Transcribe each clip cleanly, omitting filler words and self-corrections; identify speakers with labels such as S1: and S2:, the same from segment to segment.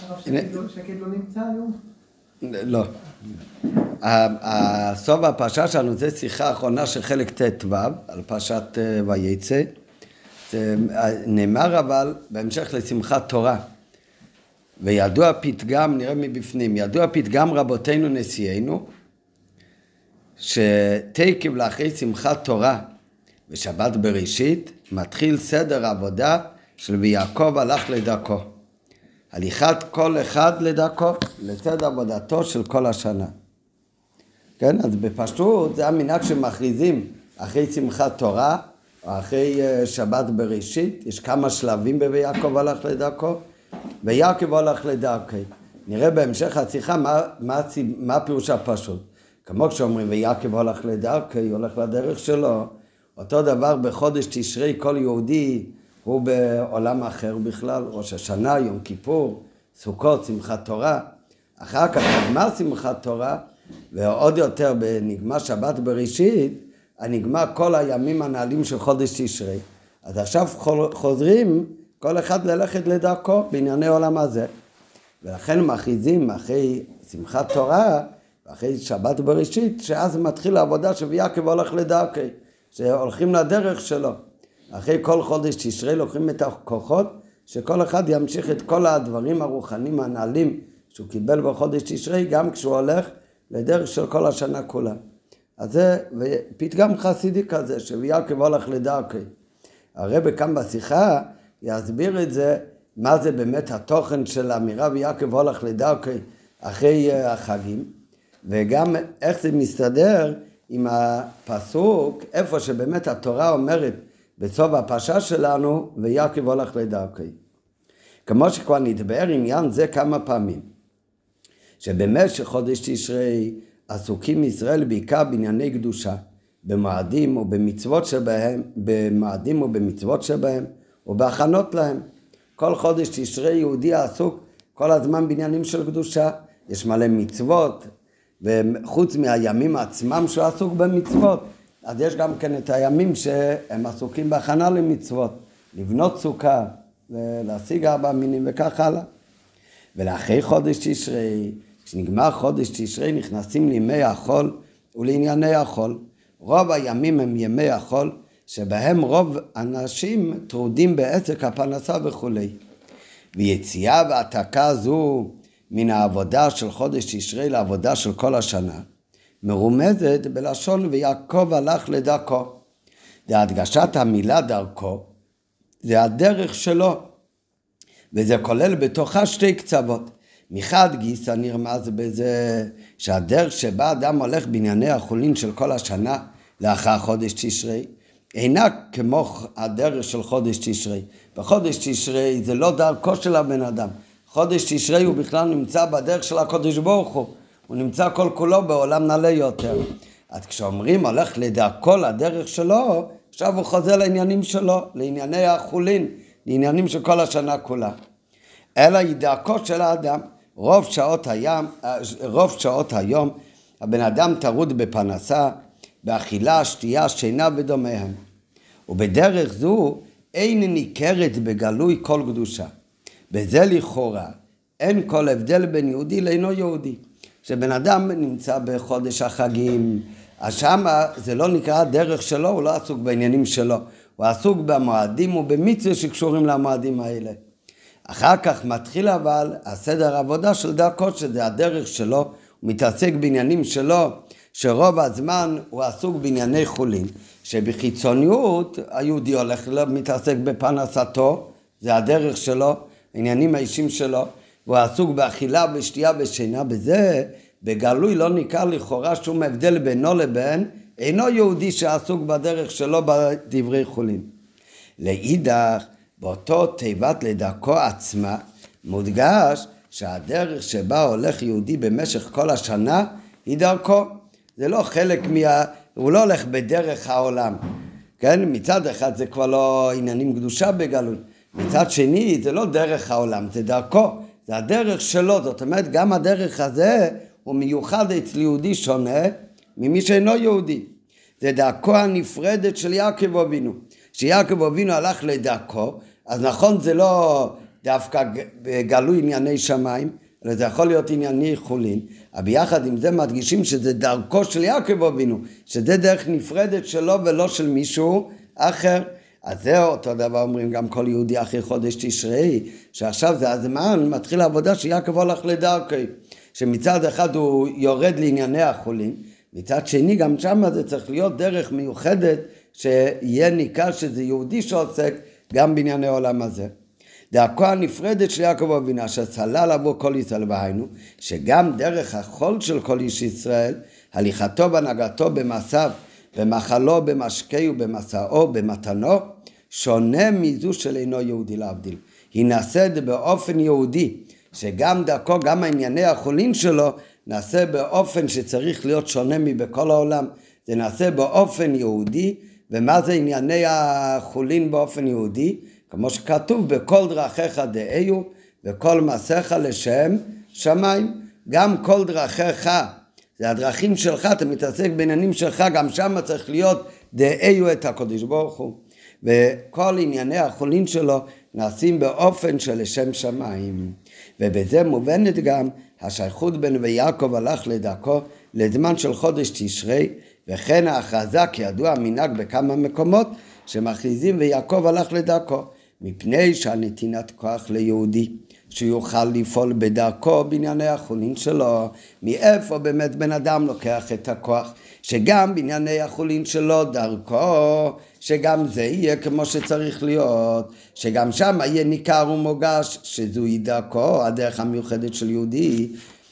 S1: הרב שקד לא נמצא היום?
S2: לא. הסוף הפרשה שלנו זה שיחה האחרונה של חלק ט"ו על פרשת ויצא. נאמר אבל בהמשך לשמחת תורה. וידוע פתגם, נראה מבפנים, ידוע פתגם רבותינו נשיאנו, שתקף לאחרי שמחת תורה ושבת בראשית, מתחיל סדר העבודה של ויעקב הלך לדרכו. הליכת כל אחד לדרכו, לסדר עבודתו של כל השנה. כן, אז בפשטות זה המנהג שמכריזים אחרי שמחת תורה, או אחרי שבת בראשית, יש כמה שלבים בויעקב הלך לדרכו, ויעקב הלך לדרכי. נראה בהמשך השיחה מה הפירוש הפשוט. כמו כשאומרים ויעקב הלך לדרכי, הולך לדרך שלו, אותו דבר בחודש תשרי כל יהודי הוא בעולם אחר בכלל, ראש השנה, יום כיפור, סוכות, שמחת תורה. אחר כך נגמר שמחת תורה, ועוד יותר בנגמר שבת בראשית, נגמר כל הימים הנעלים של חודש תשרי. אז עכשיו חוזרים כל אחד ללכת לדרכו בענייני עולם הזה. ולכן מכריזים אחרי שמחת תורה, ואחרי שבת בראשית, שאז מתחיל העבודה שויעקב הולך לדרכי, שהולכים לדרך שלו. אחרי כל חודש תשרי לוקחים את הכוחות, שכל אחד ימשיך את כל הדברים הרוחניים הנעלים שהוא קיבל בחודש תשרי, גם כשהוא הולך לדרך של כל השנה כולה. אז זה פתגם חסידי כזה, שויעקב הולך לדרכי. הרב כאן בשיחה יסביר את זה, מה זה באמת התוכן של האמירה ויעקב הולך לדרכי אחרי החגים, וגם איך זה מסתדר עם הפסוק, איפה שבאמת התורה אומרת בסוף הפרשה שלנו, ויעקב הולך לדרכי. כמו שכבר נדבר עניין זה כמה פעמים, שבמשך חודש תשרי עסוקים ישראל בעיקר בענייני קדושה, במועדים ובמצוות שבהם, במועדים ובמצוות שבהם, ובהכנות להם. כל חודש תשרי יהודי עסוק כל הזמן בעניינים של קדושה, יש מלא מצוות, וחוץ מהימים עצמם שהוא עסוק במצוות, אז יש גם כן את הימים שהם עסוקים בהכנה למצוות, לבנות סוכה, ולהשיג 4 מינים וכך הלאה. ולאחרי חודש תשרי, כשנגמר חודש תשרי, נכנסים לימי החול ולענייני החול. רוב הימים הם ימי החול, שבהם רוב אנשים טרודים בעסק הפרנסה וכו'. ויציאה והעתקה זו מן העבודה של חודש תשרי לעבודה של כל השנה, מרומזת בלשון ויעקב הלך לדרכו. זה הדגשת המילה דרכו, זה הדרך שלו, וזה כולל בתוכה 2 קצוות. מחד גיסא נרמז בזה שהדרך שבה אדם הולך בענייני החולין של כל השנה לאחר חודש תשרי, אינה כמו הדרך של חודש תשרי. בחודש תשרי זה לא דרכו של הבן אדם. חודש תשרי הוא בכלל נמצא בדרך של הקדוש ברוך הוא נמצא כל כולו בעולם נעלה יותר. אז כשאומרים הולך לדרכו לדרך שלו, עכשיו הוא חוזר לעניינים שלו, לענייני החולין, לעניינים של כל השנה כולה. אלא היא דרכו של האדם. רוב שעות היום הבן אדם טרוד בפרנסה, באכילה, שתייה, שינה ודומיהם. ובדרך זו אין ניכרת בגלוי כל קדושה. בזה לכאורה אין כל הבדל בין יהודי לאינו יהודי. כשבן אדם נמצא בחודש החגים, אז שמה זה לא נקרא הדרך שלו, הוא לא עסוק בעניינים שלו, הוא עסוק במועדים ובמצוות שקשורים למועדים האלה. אחר כך מתחיל אבל הסדר העבודה של דרכו, שזה הדרך שלו, הוא מתעסק בעניינים שלו, שרוב הזמן הוא עסוק בענייני חולין, שבחיצוניות היהודי הולך מתעסק בפרנסתו, זה הדרך שלו, העניינים האישיים שלו, והוא עסוק באכילה, בשתייה, בשינה, בזה בגלוי לא ניכר לכאורה שום הבדל בינו לבין אינו יהודי שעסוק בדרך שלו בדברי חולין. לאידך, באותו תיבת לדרכו עצמה, מודגש שהדרך שבה הולך יהודי במשך כל השנה היא דרכו. זה לא חלק הוא לא הולך בדרך העולם. כן? מצד אחד זה כבר לא עניינים קדושה בגלוי. מצד שני זה לא דרך העולם, זה דרכו. זה הדרך שלו. זאת אומרת, גם הדרך הזה הוא מיוחד אצל יהודי שונה ממי שאינו יהודי. זה דרכו הנפרדת של יעקב אבינו. כשיעקב אבינו הלך לדרכו, אז נכון זה לא דווקא גלוי ענייני שמיים, אלא זה יכול להיות ענייני חולין, אבל ביחד עם זה מדגישים שזה דרכו של יעקב אבינו, שזה דרך נפרדת שלו ולא של מישהו אחר. אז זה אותו דבר אומרים גם כל יהודי אחרי חודש תשרי, שעכשיו זה הזמן, מתחיל העבודה שיעקב הולך לדרכי, שמצד אחד הוא יורד לענייני החולין, מצד שני גם שם זה צריך להיות דרך מיוחדת, שיהיה ניכר שזה יהודי שעוסק גם בענייני העולם הזה. דרכו הנפרדת של יעקב אבינו, שסלל עבור כל ישראל, והיינו, שגם דרך החול של כל איש ישראל, הליכתו והנהגתו במעשיו, במחלו, במשקהו, במסעו, במתנו, שונה מזו של אינו יהודי להבדיל. היא נעשית באופן יהודי, שגם דרכו, גם הענייני החולין שלו, נעשה באופן שצריך להיות שונה מבכל העולם. זה נעשה באופן יהודי, ומה זה ענייני החולין באופן יהודי? כמו שכתוב, בכל דרכיך דאיו, וכל מעשיך לשם שמיים. גם כל דרכיך, זה הדרכים שלך, אתה מתעסק בעניינים שלך, גם שם צריך להיות דאיו את הקדוש ברוך הוא. וכל ענייני החולין שלו נעשים באופן של לשם שמיים. ובזה מובנת גם השייכות בין ויעקב הלך לדרכו לזמן של חודש תשרי, וכן ההכרזה כידוע המנהג בכמה מקומות שמכריזים ויעקב הלך לדרכו, מפני שהנתינת כוח ליהודי שיוכל לפעול בדרכו בענייני החולין שלו. מאיפה באמת בן אדם לוקח את הכוח? שגם בענייני החולין שלו דרכו, שגם זה יהיה כמו שצריך להיות, שגם שם יהיה ניכר ומוגש שזוהי דרכו, הדרך המיוחדת של יהודי.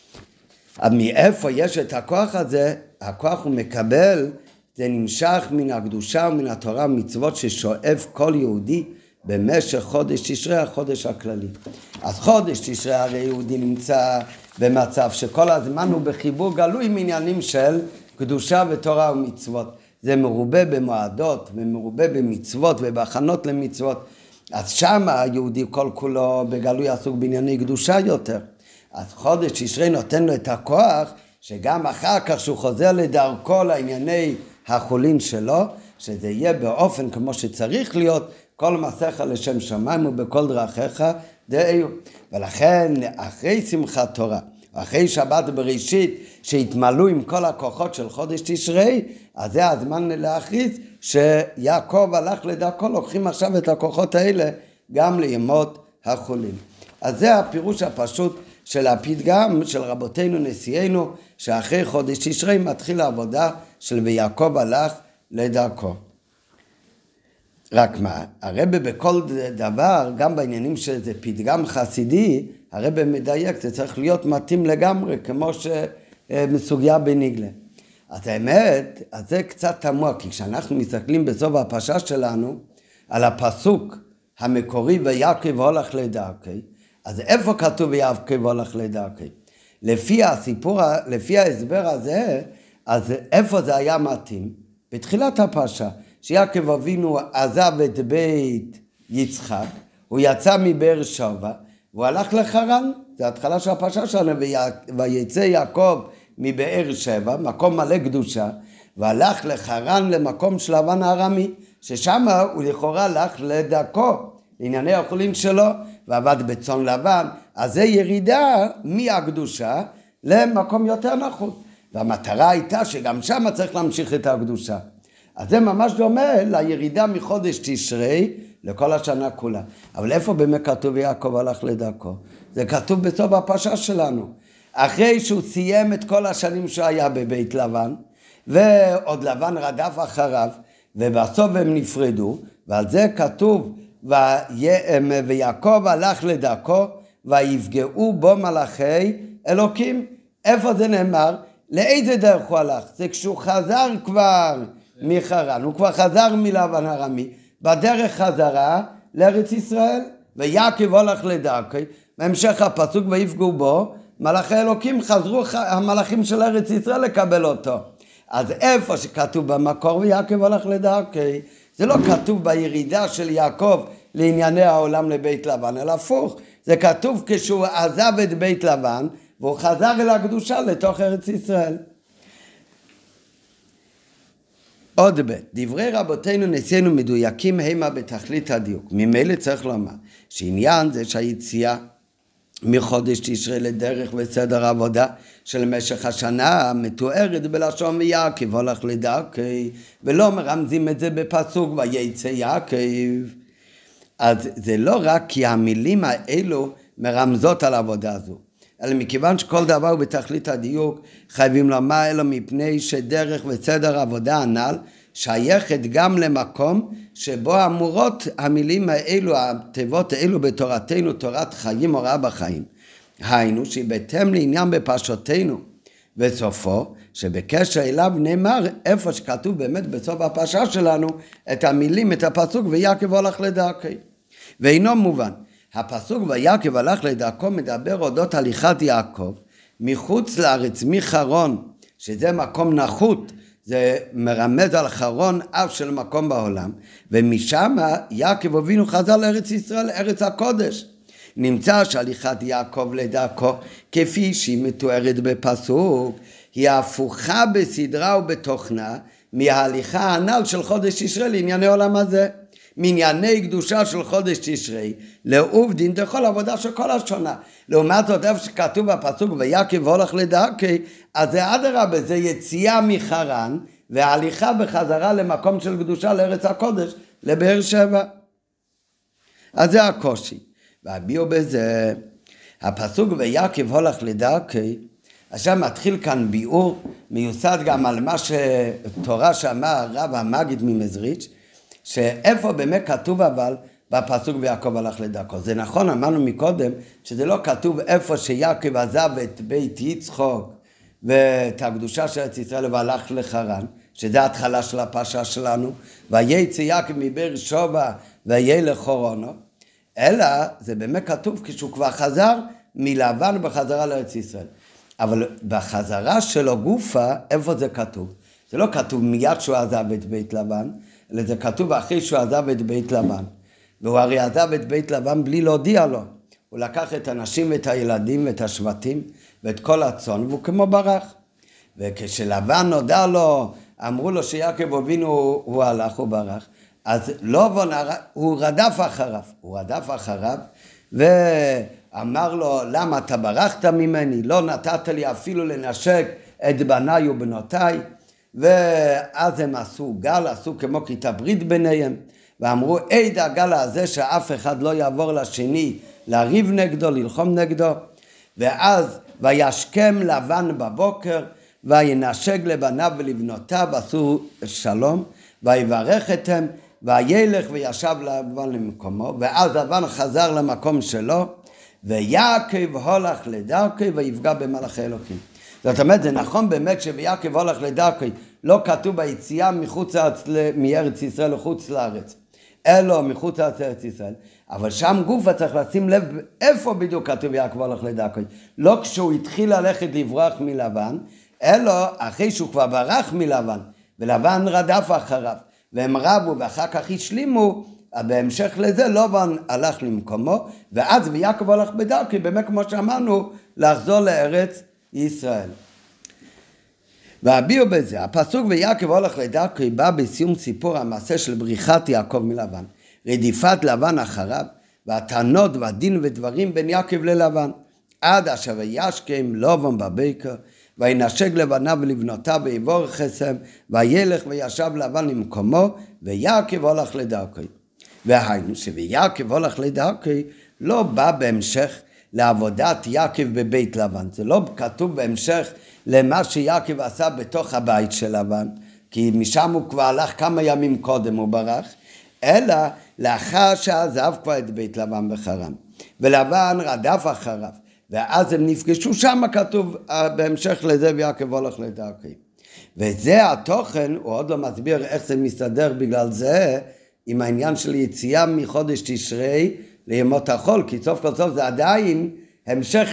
S2: אז מאיפה יש את הכוח הזה? הכוח הוא מקבל, זה נמשך מן הקדושה ומן התורה ומצוות ששואף כל יהודי במשך חודש תשרי, החודש הכללי. אז חודש תשרי הרי יהודי נמצא במצב שכל הזמן הוא בחיבור גלוי עם עניינים של קדושה ותורה ומצוות. זה מרובה במועדות ומרובה במצוות ובהכנות למצוות. אז שם היהודי כל כולו בגלוי עסוק בענייני קדושה יותר. אז חודש תשרי נותן לו את הכוח שגם אחר כך שהוא חוזר לדרכו לענייני החולין שלו, שזה יהיה באופן כמו שצריך להיות, כל מעשיך לשם שמיים ובכל דרכיך דאיו. ולכן אחרי שמחת תורה, אחרי שבת בראשית שהתמלאו עם כל הכוחות של חודש תשרי, אז זה הזמן להכריז שיעקב הלך לדרכו, לוקחים עכשיו את הכוחות האלה גם לימות החולין. אז זה הפירוש הפשוט של הפתגם של רבותינו נשיאנו, שאחרי חודש תשרי מתחיל העבודה של ויעקב הלך לדרכו. רק מה, הרב בכל דבר, גם בעניינים שזה פתגם חסידי, הרב מדייק, זה צריך להיות מתאים לגמרי, כמו שמסוגיה בניגלה. אז האמת, אז זה קצת תמוה, כי כשאנחנו מסתכלים בסוף הפרשה שלנו, על הפסוק המקורי ויעקב הולך לדרכי, אז איפה כתוב ויעקב הולך לדרכי? לפי הסיפור, לפי ההסבר הזה, אז איפה זה היה מתאים? בתחילת הפרשה, שיעקב אבינו עזב את בית יצחק, הוא יצא מבאר שבע, והוא הלך לחרן, זה התחלה של הפרשה שלנו, ויצא יעקב מבאר שבע, מקום מלא קדושה, והלך לחרן למקום של לבן הארמי, ששם הוא לכאורה הלך לדרכו, לענייני החולין שלו, ועבד בצאן לבן. אז זה ירידה מהקדושה למקום יותר נחות, והמטרה הייתה שגם שם צריך להמשיך את הקדושה. אז זה ממש דומה לירידה מחודש תשרי לכל השנה כולה. אבל איפה באמת כתוב יעקב הלך לדרכו? זה כתוב בסוף הפרשה שלנו. אחרי שהוא סיים את כל השנים שהוא היה בבית לבן, ועוד לבן רדף אחריו, ובסוף הם נפרדו, ועל זה כתוב, ויעקב הלך לדרכו, ויפגעו בו מלאכי אלוקים. איפה זה נאמר? לאיזה דרך הוא הלך? זה כשהוא חזר כבר מחרן, הוא כבר חזר מלבן ארמי, בדרך חזרה לארץ ישראל, ויעקב הולך לדרכי, בהמשך הפסוק ויפגעו בו, מלאכי אלוקים, חזרו המלאכים של ארץ ישראל לקבל אותו. אז איפה שכתוב במקור ויעקב הולך לדרכי, זה לא כתוב בירידה של יעקב לענייני העולם לבית לבן, אלא הפוך, זה כתוב כשהוא עזב את בית לבן, והוא חזר אל הקדושה לתוך ארץ ישראל. עוד דברי רבותינו נשיאנו מדויקים המה בתכלית הדיוק. ממילא צריך לומר שעניין זה שהיציאה מחודש תשרי לדרך וסדר עבודה של משך השנה מתוארת בלשון ויעקב הולך לדרכי, ולא מרמזים את זה בפסוק ויצא יעקב. אז זה לא רק כי המילים האלו מרמזות על העבודה הזו, אלא מכיוון שכל דבר הוא בתכלית הדיוק, חייבים לומר אלו מפני שדרך וסדר עבודה הנ"ל שייכת גם למקום שבו אמורות המילים האלו, התיבות האלו בתורתנו, תורת חיים הוראה בחיים. היינו שבהתאם לעניין בפרשתנו, וסופו שבקשר אליו נאמר איפה שכתוב באמת בסוף הפרשה שלנו את המילים, את הפסוק ויעקב הולך לדרכי. ואינו מובן, הפסוק ויעקב הלך לדרכו מדבר אודות הליכת יעקב מחוץ לארץ, מחרון, שזה מקום נחות, זה מרמז על חרון אף של מקום בעולם, ומשם יעקב אבינו חזר לארץ ישראל, ארץ הקודש. נמצא שהליכת יעקב לדרכו כפי שהיא מתוארת בפסוק היא הפוכה בסדרה ובתוכנה מההליכה הנ"ל של חודש תשרי לענייני עולם הזה. מענייני קדושה של חודש תשרי לעובדין דכל עבודה של כל השנה. לעומת זאת איפה שכתוב בפסוק ויעקב הולך לדרכי, אז זה אדרבה, זה יציאה מחרן וההליכה בחזרה למקום של קדושה לארץ הקודש, לבאר שבע. אז זה הקושי. והביאו בזה הפסוק ויעקב הולך לדרכי, עכשיו מתחיל כאן ביאור מיוסד גם על מה שתורה שאמר רב המגיד ממזריץ', שאיפה באמת כתוב אבל בפסוק ויעקב הלך לדרכו. זה נכון, אמרנו מקודם שזה לא כתוב איפה שיעקב עזב את בית יצחוק ואת הקדושה של ארץ ישראל והלך לחרן, שזה ההתחלה של הפרשה שלנו, ויצא יעקב מבאר שבע וילך לחרונו, אלא זה באמת כתוב כשהוא כבר חזר מלבן בחזרה לארץ ישראל. אבל בחזרה שלו גופה, איפה זה כתוב? זה לא כתוב מיד שהוא עזב את בית לבן, אלא זה כתוב אחרי שהוא עזב את בית לבן. והוא הרי עזב את בית לבן בלי להודיע לו. הוא לקח את הנשים ואת הילדים ואת השבטים ואת כל הצאן, והוא כמו ברח. וכשלבן נודע לו, אמרו לו שיעקב אבינו הוא הלך, הוא ברח. אז לא הוא רדף אחריו, ואמר לו, למה אתה ברחת ממני? לא נתת לי אפילו לנשק את בניי ובנותיי. ואז הם עשו גל, עשו כמו כיתה ברית ביניהם, ואמרו, עד הגל הזה שאף אחד לא יעבור לשני, לריב נגדו, ללחום נגדו. ואז וישכם לבן בבוקר, וינשק לבניו ולבנותיו, עשו שלום, ויברך אתם, וילך וישב לבן למקומו, ואז לבן חזר למקום שלו, ויעקב הולך לדרכי ויפגע במלאכי אלוקים. זאת אומרת, זה נכון באמת שביעקב הולך לדרכי, לא כתוב ביציאה מארץ ישראל לחוץ לארץ, אלא מחוץ לארץ ישראל, אבל שם גופה צריך לשים לב איפה בדיוק כתוב יעקב הולך לדרכי, לא כשהוא התחיל ללכת לברוח מלבן, אלא אחרי שהוא כבר ברח מלבן, ולבן רדף אחריו, והם רבו ואחר כך השלימו, בהמשך לזה לבן הלך למקומו, ואז ויעקב הולך בדרכי, באמת כמו שאמרנו, לחזור לארץ ישראל. והביאו בזה, הפסוק ויעקב הולך לדרכי בא בסיום סיפור המעשה של בריחת יעקב מלבן, רדיפת לבן אחריו, והטענות והדין ודברים בין יעקב ללבן, עד אשר וישכם לבן בבוקר, וינשק לבניו ולבנותיו ויברך אתם, וילך וישב לבן למקומו, ויעקב הולך לדרכי. והיינו שביעקב הולך לדרכי לא בא בהמשך לעבודת יעקב בבית לבן, זה לא כתוב בהמשך למה שיעקב עשה בתוך הבית של לבן, כי משם הוא כבר הלך כמה ימים קודם, הוא ברח, אלא לאחר שעזב כבר את בית לבן בחרן, ולבן רדף אחריו, ואז הם נפגשו, שם כתוב בהמשך לזה ויעקב הולך לדרכי. וזה התוכן, הוא עוד לא מסביר איך זה מסתדר בגלל זה, עם העניין של יציאה מחודש תשרי לימות החול, כי סוף כל סוף זה עדיין המשך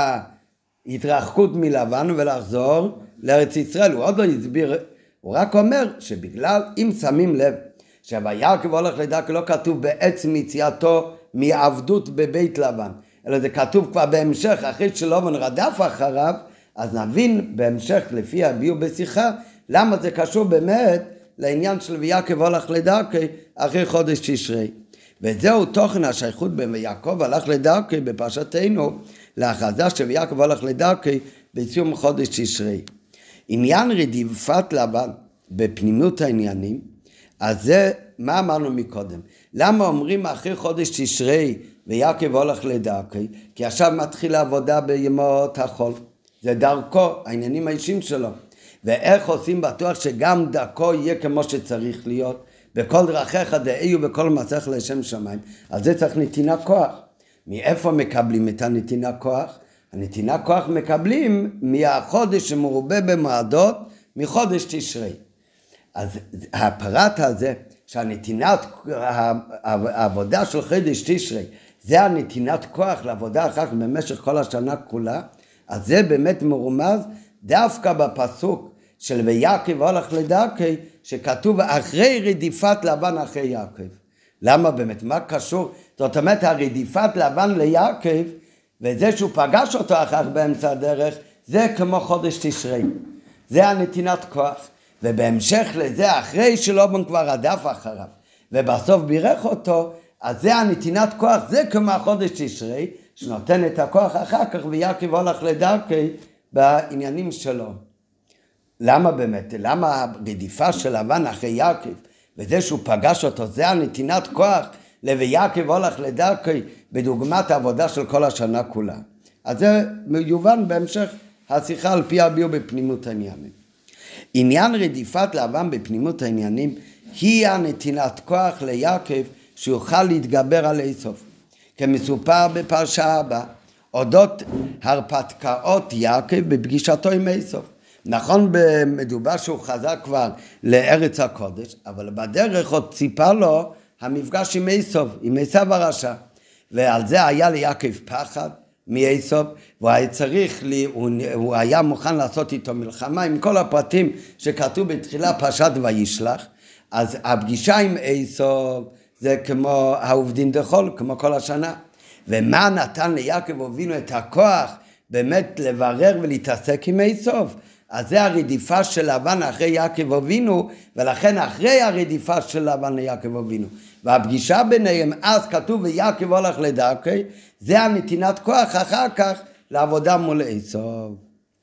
S2: להתרחקות מלבן ולחזור לארץ ישראל. הוא עוד לא הסביר, הוא רק אומר שבגלל, אם שמים לב, שויעקב הולך לדרכי לא כתוב בעצם יציאתו מעבדות בבית לבן, אלא זה כתוב כבר בהמשך, אחרי שלבן רדף אחריו, אז נבין בהמשך לפי הביאור בשיחה, למה זה קשור באמת לעניין של ויעקב הולך לדרכי אחרי חודש תשרי. וזהו תוכן השייכות בין ויעקב הלך לדרכי בפרשתנו להכרזה שויעקב הולך לדרכי בסיום חודש תשרי. עניין רדיפת לבן בפנימות העניינים, אז זה מה אמרנו מקודם. למה אומרים אחרי חודש תשרי ויעקב הולך לדרכי? כי עכשיו מתחילה עבודה בימות החול. זה דרכו, העניינים האישיים שלו. ואיך עושים בטוח שגם דרכו יהיה כמו שצריך להיות? בכל דרכיך דאיו בכל מצח לשם שמיים. על זה צריך נתינה כוח. מאיפה מקבלים את הנתינה כוח? הנתינה כוח מקבלים מהחודש שמרובה במועדות מחודש תשרי. אז הפרט הזה, שהנתינת העבודה של חודש תשרי, זה הנתינת כוח לעבודה אחר כך במשך כל השנה כולה, אז זה באמת מרומז דווקא בפסוק של ויעקב הולך לדרכי, שכתוב אחרי רדיפת לבן אחרי יעקב. למה באמת? מה קשור? זאת אומרת, הרדיפת לבן ליעקב, וזה שהוא פגש אותו אחר באמצע הדרך, זה כמו חודש תשרי. זה הנתינת כוח. ובהמשך לזה, אחרי שלובן כבר רדף אחריו, ובסוף בירך אותו, אז זה הנתינת כוח, זה כמו החודש תשרי, שנותן את הכוח אחר כך, ויעקב הולך לדרכי בעניינים שלו. למה באמת? למה הרדיפה של לבן אחרי יעקב, וזה שהוא פגש אותו, זה הנתינת כוח, לויעקב הולך לדרכי, בדוגמת העבודה של כל השנה כולה. אז זה מיובן בהמשך השיחה על פי הביאו בפנימות העניינים. עניין רדיפת לבן בפנימות העניינים, היא הנתינת כוח ליעקב, שיוכל להתגבר על איסוף. כמסופר בפרשה הבאה, אודות הרפתקאות יעקב בפגישתו עם איסוף. נכון, מדובר שהוא חזר כבר לארץ הקודש, אבל בדרך עוד ציפה לו המפגש עם איסוף, עם עשיו הרשע. ועל זה היה ליעקב פחד מאיסוף, הוא היה מוכן לעשות איתו מלחמה עם כל הפרטים שכתוב בתחילה פרשת וישלח. אז הפגישה עם איסוף זה כמו העובדין דחול, כמו כל השנה. ומה נתן ליעקב אבינו את הכוח באמת לברר ולהתעסק עם איסוף? אז זה הרדיפה של לבן אחרי יעקב אבינו, ולכן אחרי הרדיפה של לבן ליעקב אבינו. והפגישה ביניהם, אז כתוב ויעקב הולך לדרכי, זה הנתינת כוח אחר כך לעבודה מול איסוף.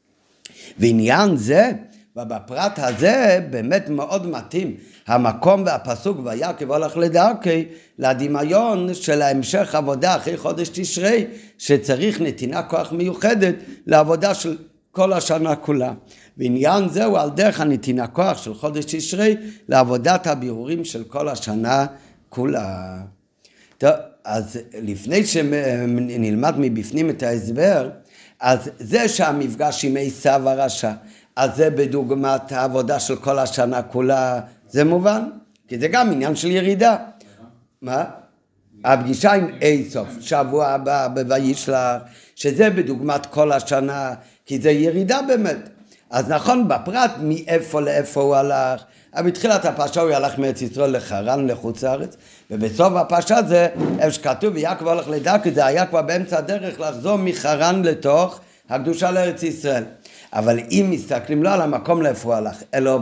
S2: ועניין זה, ובפרט הזה באמת מאוד מתאים המקום והפסוק ויעקב הולך לדרכי לדמיון של ההמשך עבודה אחרי חודש תשרי, שצריך נתינה כוח מיוחדת לעבודה של כל השנה כולה. ועניין זהו על דרך הנתינה כוח של חודש תשרי לעבודת הבירורים של כל השנה כולה. טוב, אז לפני שנלמד מבפנים את ההסבר, אז זה שהמפגש עם עשיו הרשע, אז זה בדוגמת העבודה של כל השנה כולה, זה מובן, כי זה גם עניין של ירידה. מה? הפגישה עם איסוף, שבוע הבא בוישלח, שזה בדוגמת כל השנה, כי זה ירידה באמת. אז נכון, בפרט מאיפה לאיפה הוא הלך, אבל בתחילת הפרשה הוא הלך מארץ ישראל לחרן, לחוץ לארץ, ובסוף הפרשה זה, איפה שכתוב ויעקב הולך לדרכי, זה היה כבר באמצע הדרך לחזור מחרן לתוך הקדושה לארץ ישראל. אבל אם מסתכלים לא על המקום לאיפה הוא הלך, אלא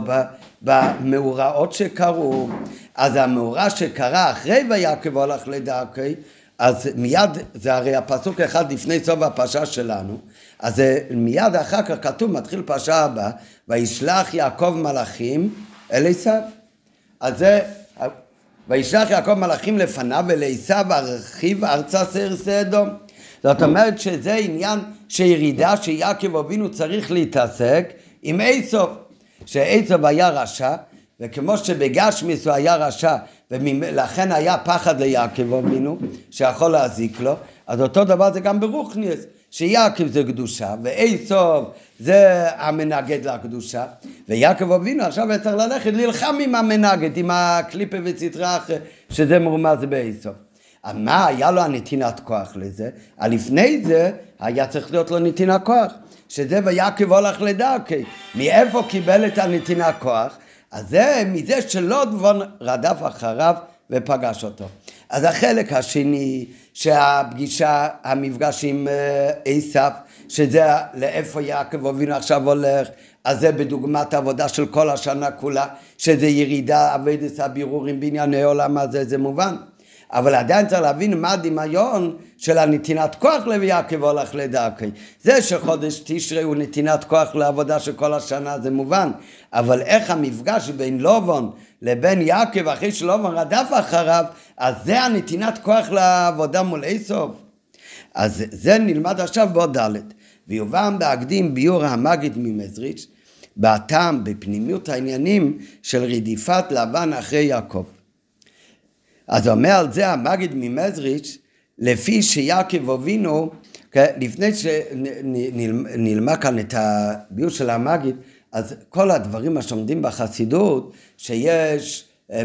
S2: במאורעות שקרו, אז המאורע שקרה אחרי ויעקב הולך לדרכי, אז מיד, זה הרי הפסוק אחד לפני סוף הפרשה שלנו, אז מיד אחר כך כתוב, מתחיל פרשה הבאה, וישלח יעקב מלאכים אל עשיו. אז זה, וישלח יעקב מלאכים לפניו אל עשיו ארחיב ארצה שעיר סדום. זאת אומרת שזה עניין שירידה שיעקב אבינו צריך להתעסק עם עשיו, שעשיו היה רשע, וכמו שבגשמיס הוא היה רשע, ולכן היה פחד ליעקב אבינו, שיכול להזיק לו, אז אותו דבר זה גם ברוחניאס, שיעקב זה קדושה, ועשיו זה המנגד לקדושה, ויעקב אבינו עכשיו צריך ללכת ללחם עם המנגד, עם הקליפה וצטרח, שזה מרומז בעשיו. מה היה לו הנתינת כוח לזה? לפני זה היה צריך להיות לו נתינת כוח, שזה ויעקב הולך לדרכי. מאיפה קיבל את הנתינת כוח? אז זה מזה שלא דבון רדף אחריו ופגש אותו. אז החלק השני, שהפגישה, המפגש עם עשיו, שזה לאיפה יעקב אבינו עכשיו הולך, אז זה בדוגמת העבודה של כל השנה כולה, שזה ירידה, עבודת הבירורים בענייני עולם הזה, זה מובן. אבל עדיין צריך להבין מה הדמיון של הנתינת כוח לוי יעקב הולך לדרכי. זה שחודש תשרי הוא נתינת כוח לעבודה של כל השנה, זה מובן. אבל איך המפגש בין לובון לבין יעקב, אחרי שלובון רדף אחריו, אז זה הנתינת כוח לעבודה מול עשיו. אז זה נלמד עכשיו בעוד ד'. ויובן בהקדים ביור המגיד ממזריץ' בטעם בפנימיות העניינים של רדיפת לבן אחרי יעקב. אז אומר על זה המגיד ממזריץ' לפי שיעקב אבינו, לפני שנלמד כאן את הביור של המגיד, אז כל הדברים שעומדים בחסידות, שיש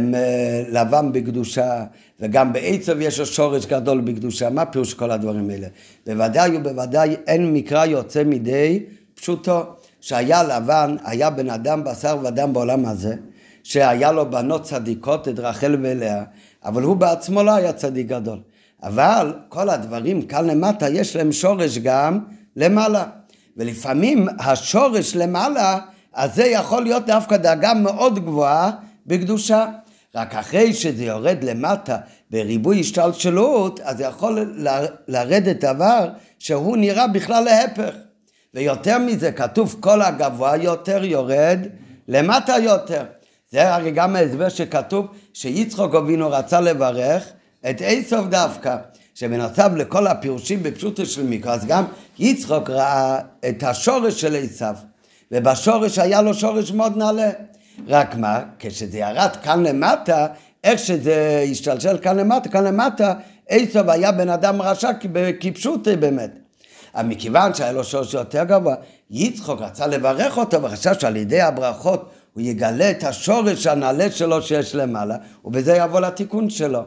S2: לבן בקדושה, וגם בעצב יש שורש גדול בקדושה, מה פירוש כל הדברים האלה? בוודאי ובוודאי אין מקרא יוצא מידי פשוטו, שהיה לבן, היה בן אדם בשר ודם בעולם הזה, שהיה לו בנות צדיקות, את רחל ולאה, אבל הוא בעצמו לא היה צדיק גדול. אבל כל הדברים כאן למטה יש להם שורש גם למעלה. ולפעמים השורש למעלה, אז זה יכול להיות דווקא דאגה מאוד גבוהה בקדושה. רק אחרי שזה יורד למטה בריבוי השתלשלות, אז יכול לרדת דבר שהוא נראה בכלל להפך. ויותר מזה כתוב כל הגבוה יותר יורד למטה יותר. זה הרי גם ההסבר שכתוב שיצחק אבינו רצה לברך את עשיו דווקא, שבנוסף לכל הפירושים בפשוטו של מקרא, אז גם יצחק ראה את השורש של עשיו, ובשורש היה לו שורש מאוד נעלה. רק מה, כשזה ירד כאן למטה, איך שזה השתלשל כאן למטה, עשיו היה בן אדם רשע כפשוטו באמת. אבל מכיוון שהיה לו שורש יותר גבוה, יצחק רצה לברך אותו וחשב שעל ידי הברכות הוא יגלה את השורש הנעלה שלו שיש למעלה, ובזה יבוא לתיקון שלו.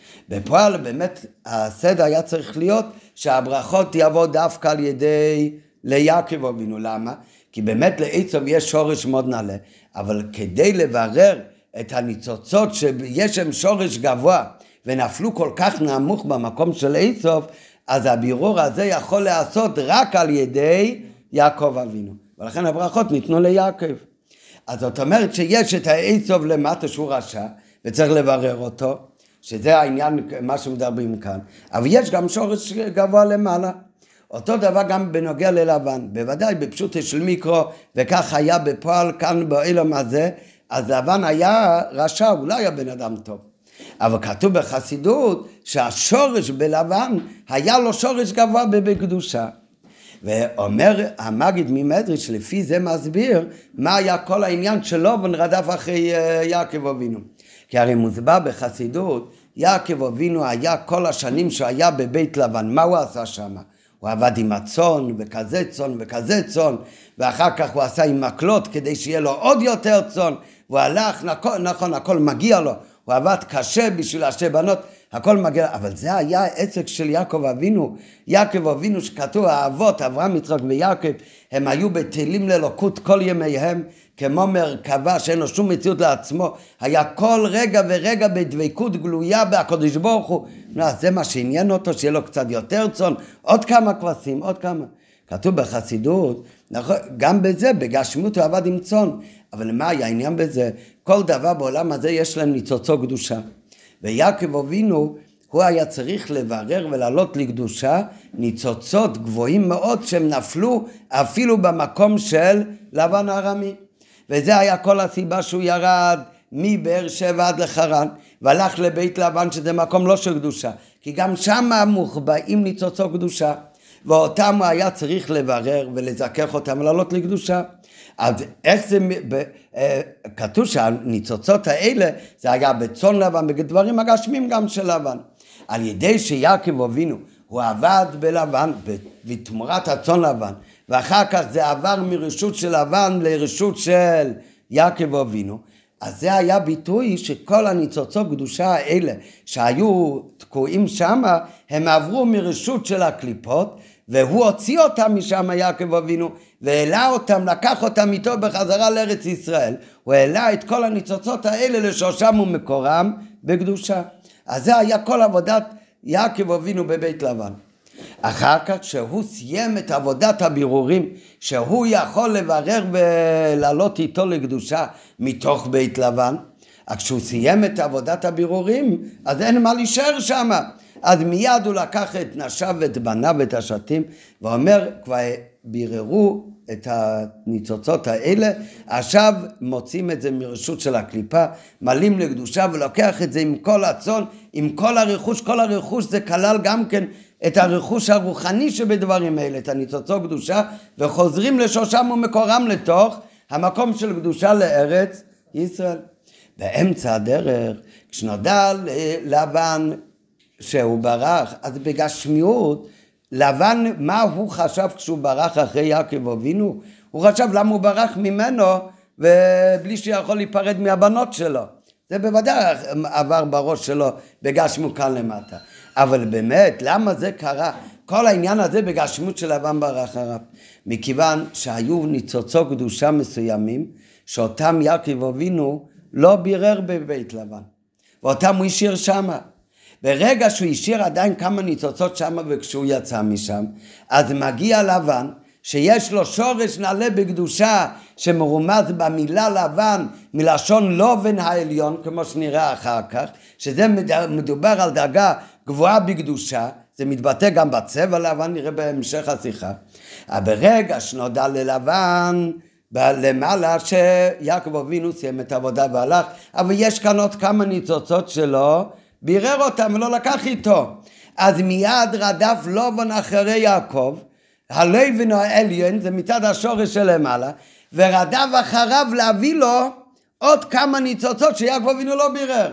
S2: בפועל באמת הסדר היה צריך להיות שהברכות יבוא דווקא על ידי ליעקב אבינו. למה? כי באמת לעשיו יש שורש מאוד נעלה, אבל כדי לברר את הניצוצות שיש שם שורש גבוה ונפלו כל כך נמוך במקום של עשיו, אז הבירור הזה יכול לעשות רק על ידי יעקב אבינו, ולכן הברכות ניתנו ליעקב. אז זאת אומרת שיש את עשיו למטה שהוא רשע וצריך לברר אותו, שזה העניין מה שמדברים כאן, אבל יש גם שורש גבוה למעלה. אותו דבר גם בנוגע ללבן, בוודאי בפשוטו של מיקרו, וכך היה בפועל כאן בעולם הזה, אז לבן היה רשע, הוא לא היה בן אדם טוב. אבל כתוב בחסידות שהשורש בלבן היה לו שורש גבוה בקדושה. ואומר המגיד ממזריץ' לפי זה מסביר מה היה כל העניין שלו ונרדף אחרי יעקב אבינו. כי הרי מוסבר בחסידות, יעקב אבינו היה כל השנים שהיה בבית לבן, מה הוא עשה שם? הוא עבד עם הצאן וכזה צאן וכזה צאן, ואחר כך הוא עשה עם מקלות כדי שיהיה לו עוד יותר צאן, והוא הלך, נכון, הכל מגיע לו, הוא עבד קשה בשביל השתי בנות, הכל מגיע, אבל זה היה העסק של יעקב אבינו. יעקב אבינו שכתוב האבות, אברהם, יצחק ויעקב, הם היו בטלים לאלוקות כל ימיהם, כמו מרכבה שאין לו שום מציאות לעצמו, היה כל רגע ורגע בדבקות גלויה בהקדוש ברוך הוא. זה מה שעניין אותו, שיהיה לו קצת יותר צאן, עוד כמה כבשים, עוד כמה. כתוב בחסידות, גם בזה, בגשמיות הוא עבד עם צאן, אבל מה היה העניין בזה? כל דבר בעולם הזה יש להם ניצוצו קדושה. ויעקב אבינו, הוא היה צריך לברר ולעלות לקדושה ניצוצות גבוהים מאוד שהם נפלו אפילו במקום של לבן הארמי. וזה היה כל הסיבה שהוא ירד מבאר שבע עד לחרן והלך לבית לבן, שזה מקום לא של קדושה, כי גם שם מוחבאים ניצוצות קדושה, ואותם הוא היה צריך לברר ולזכך אותם ולעלות לקדושה. אז איך זה, כתוב שהניצוצות האלה זה היה בצאן לבן, בדברים הגשמים גם של לבן. על ידי שיעקב אבינו הוא עבד בלבן בתמורת הצאן לבן, ואחר כך זה עבר מרשות של לבן לרשות של יעקב אבינו, אז זה היה ביטוי שכל הניצוצות קדושה האלה שהיו תקועים שם, הם עברו מרשות של הקליפות, והוא הוציא אותם משם יעקב אבינו, והעלה אותם, לקח אותם איתו בחזרה לארץ ישראל. הוא העלה את כל הניצוצות האלה לשורשם ומקורם בקדושה. אז זה היה כל עבודת יעקב אבינו בבית לבן. אחר כך שהוא סיים את עבודת הבירורים, שהוא יכול לברר ולעלות איתו לקדושה מתוך בית לבן, אז כשהוא סיים את עבודת הבירורים, אז אין מה להישאר שם. אז מיד הוא לקח את נשיו ואת בניו ואת השתים, ואומר, כבר ביררו את הניצוצות האלה, עכשיו מוצאים את זה מרשות של הקליפה, מעלים לקדושה ולוקח את זה עם כל הצאן, עם כל הרכוש. כל הרכוש זה כלל גם כן את הרכוש הרוחני שבדברים האלה, את הניצוצות קדושה, וחוזרים לשורשם ומקורם לתוך המקום של קדושה לארץ ישראל. באמצע הדרך, כשנודע לבן שהוא ברח, אז בגשמיות, לבן, מה הוא חשב כשהוא ברח אחרי יעקב אבינו? הוא חשב למה הוא ברח ממנו ובלי שיכול להיפרד מהבנות שלו. זה בוודאי עבר בראש שלו בגשמות כאן למטה. אבל באמת, למה זה קרה? כל העניין הזה בגשמות של לבן ברח אחריו. מכיוון שהיו ניצוצות קדושה מסוימים, שאותם יעקב אבינו לא בירר בבית לבן. ואותם הוא השאיר שמה. ברגע שהוא השאיר עדיין כמה ניצוצות שם, וכשהוא יצא משם, אז מגיע לבן, שיש לו שורש נעלה בקדושה, שמרומז במילה לבן, מלשון לובן העליון, כמו שנראה אחר כך, שזה מדובר על דרגה גבוהה בקדושה, זה מתבטא גם בצבע לבן, נראה בהמשך השיחה. אבל ברגע שנודע ללבן, למעלה שיעקב אבינו סיים את העבודה והלך, אבל יש כאן עוד כמה ניצוצות שלו, בירר אותם ולא לקח איתו. אז מיד רדף לובן אחרי יעקב, הלבן העליון, זה מצד השורש שלמעלה, ורדף אחריו להביא לו עוד כמה ניצוצות שיעקב אבינו לא בירר.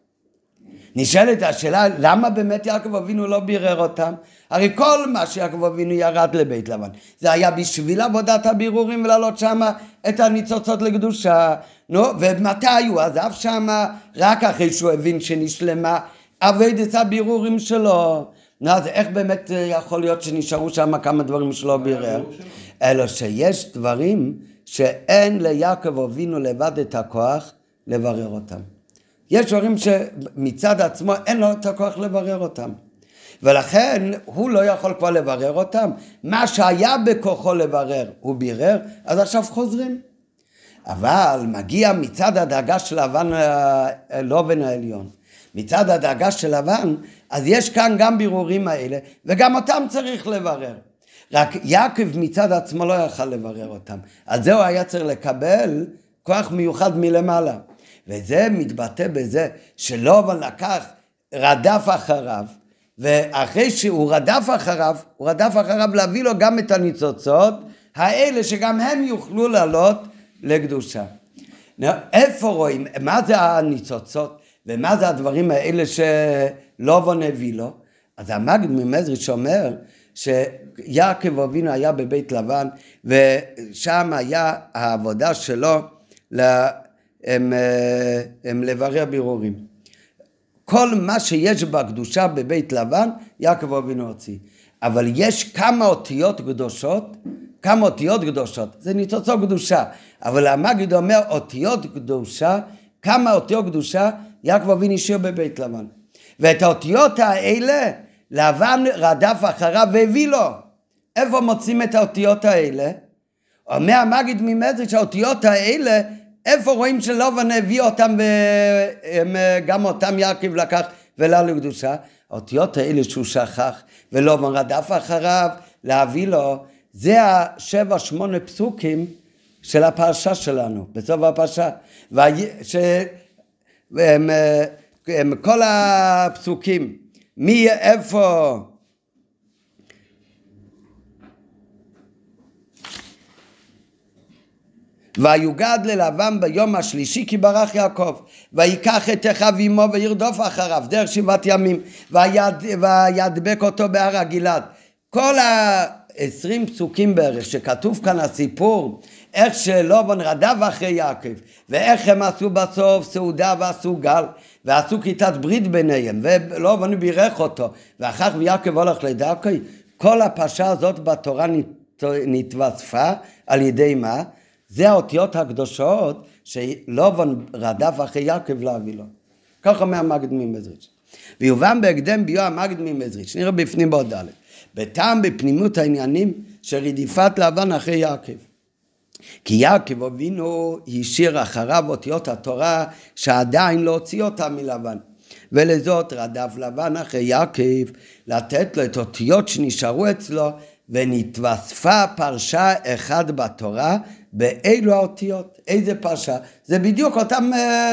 S2: נשאלת השאלה, למה באמת יעקב אבינו לא בירר אותם? הרי כל מה שיעקב אבינו ירד לבית לבן, זה היה בשביל עבודת הבירורים ולעלות שם את הניצוצות לקדושה. נו, ומתי הוא עזב שם? רק אחרי שהוא הבין שנשלמה עבודת הבירורים שלו. נו, אז איך באמת יכול להיות שנשארו שם כמה דברים שלא בירר? אלא שיש דברים שאין ליעקב אבינו לבד את הכוח לברר אותם. יש דברים שמצד עצמו אין לו את הכוח לברר אותם. ולכן הוא לא יכול כבר לברר אותם. מה שהיה בכוחו לברר הוא בירר, אז עכשיו חוזרים. אבל מגיע מצד הדאגה של לבן, לובן העליון. מצד הדאגה של לבן, אז יש כאן גם בירורים האלה, וגם אותם צריך לברר. רק יעקב מצד עצמו לא יכל לברר אותם. על זה הוא היה צריך לקבל כוח מיוחד מלמעלה. וזה מתבטא בזה שלובן לקח, רדף אחריו, ואחרי שהוא רדף אחריו, הוא רדף אחריו להביא לו גם את הניצוצות האלה שגם הם יוכלו לעלות לקדושה. איפה רואים, מה זה הניצוצות ומה זה הדברים האלה שלובן הביא לו? אז המגיד ממזריץ' אומר שיעקב אבינו היה בבית לבן, ושם היה העבודה שלו הם לברר בירורים. כל מה שיש בקדושה בבית לבן, יעקב אבינו הוציא. אבל יש כמה אותיות קדושות, זה ניצוצות קדושה. אבל המגיד אומר אותיות קדושה, כמה אותיות קדושה, יעקב אבינו השאיר בבית לבן. ואת האותיות האלה, לבן רדף אחריו והביא לו. איפה מוצאים את האותיות האלה? אומר המגיד ממזריץ' שהאותיות האלה, איפה רואים שלובן הביא אותם וגם אותם יעקב לקח ולא לקדושה? האותיות האלה שהוא שכח ולובן רדף אחריו להביא לו, זה 7-8 פסוקים של הפרשה שלנו, בסוף הפרשה. כל הפסוקים, מי איפה ויוגד ללבן ביום השלישי כי ברח יעקב, ויקח את אחיו עמו וירדוף אחריו דרך 7 ימים, וידבק אותו בהר הגלעד. כל 20 פסוקים בערך שכתוב כאן הסיפור, איך שלובן רדף אחרי יעקב, ואיך הם עשו בסוף סעודה ועשו גל, ועשו כיתת ברית ביניהם, ולובן בירך אותו, ואחר כך יעקב הולך לדרכו. כל הפרשה הזאת בתורה נתווספה על ידי מה? זה האותיות הקדושות שלובן רדף אחרי יעקב להביא לו. ככה אומר המגיד ממזריץ'. ויובן בהקדם ביו המגיד ממזריץ', נראה בפנים בעוד ד'. בטעם בפנימות העניינים של רדיפת לבן אחרי יעקב. כי יעקב אבינו השאיר אחריו אותיות התורה שעדיין לא הוציא אותם מלבן. ולזאת רדף לבן אחרי יעקב לתת לו את אותיות שנשארו אצלו, ונתווספה פרשה אחד בתורה באילו האותיות. איזה פרשה? זה בדיוק אותם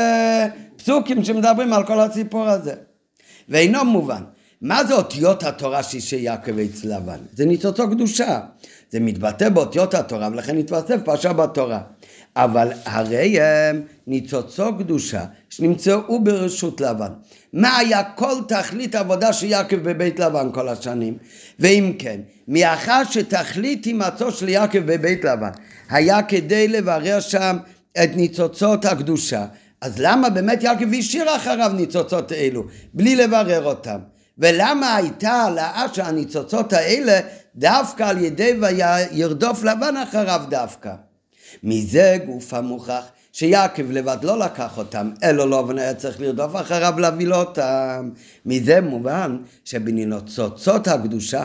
S2: פסוקים שמדברים על כל הסיפור הזה. ואינו מובן. מה זה אותיות התורה שיעקב אצל לבן? זה ניצוצות קדושה. זה מתבטא באותיות התורה, ולכן נתווסף פרשה בתורה. אבל הרי הם ניצוצות קדושה שנמצאו ברשות לבן. מה היה כל תכלית עבודה של יעקב בבית לבן כל השנים? ואם כן, מאחר שתכלית הימצאו של יעקב בבית לבן היה כדי לברר שם את ניצוצות הקדושה, אז למה באמת יעקב השאיר אחריו ניצוצות אלו בלי לברר אותם? ולמה הייתה העלאה של הניצוצות האלה דווקא על ידי וירדוף לבן אחריו דווקא? מזה גוף המוכח שיעקב לבד לא לקח אותם, אלא לבן היה צריך לרדוף אחריו להביא לו אותם. מזה מובן שבניצוצות הקדושה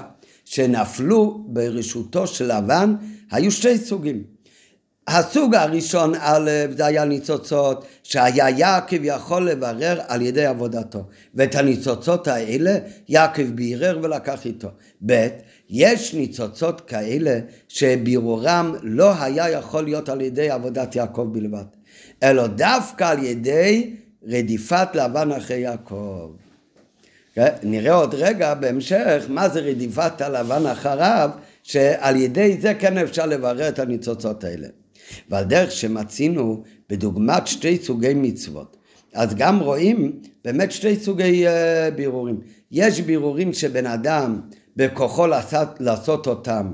S2: שנפלו ברשותו של לבן היו שתי סוגים. הסוג הראשון א' זה היה ניצוצות שהיה יעקב יכול לברר על ידי עבודתו, ואת הניצוצות האלה יעקב בירר ולקח איתו. ב' יש ניצוצות כאלה שבירורם לא היה יכול להיות על ידי עבודת יעקב בלבד, אלא דווקא על ידי רדיפת לבן אחרי יעקב. נראה עוד רגע בהמשך מה זה רדיפת הלבן אחריו, שעל ידי זה כן אפשר לברר את הניצוצות האלה. ועל דרך שמצינו בדוגמת שתי סוגי מצוות, אז גם רואים באמת שתי סוגי בירורים. יש בירורים שבן אדם בכוחו לעשות אותם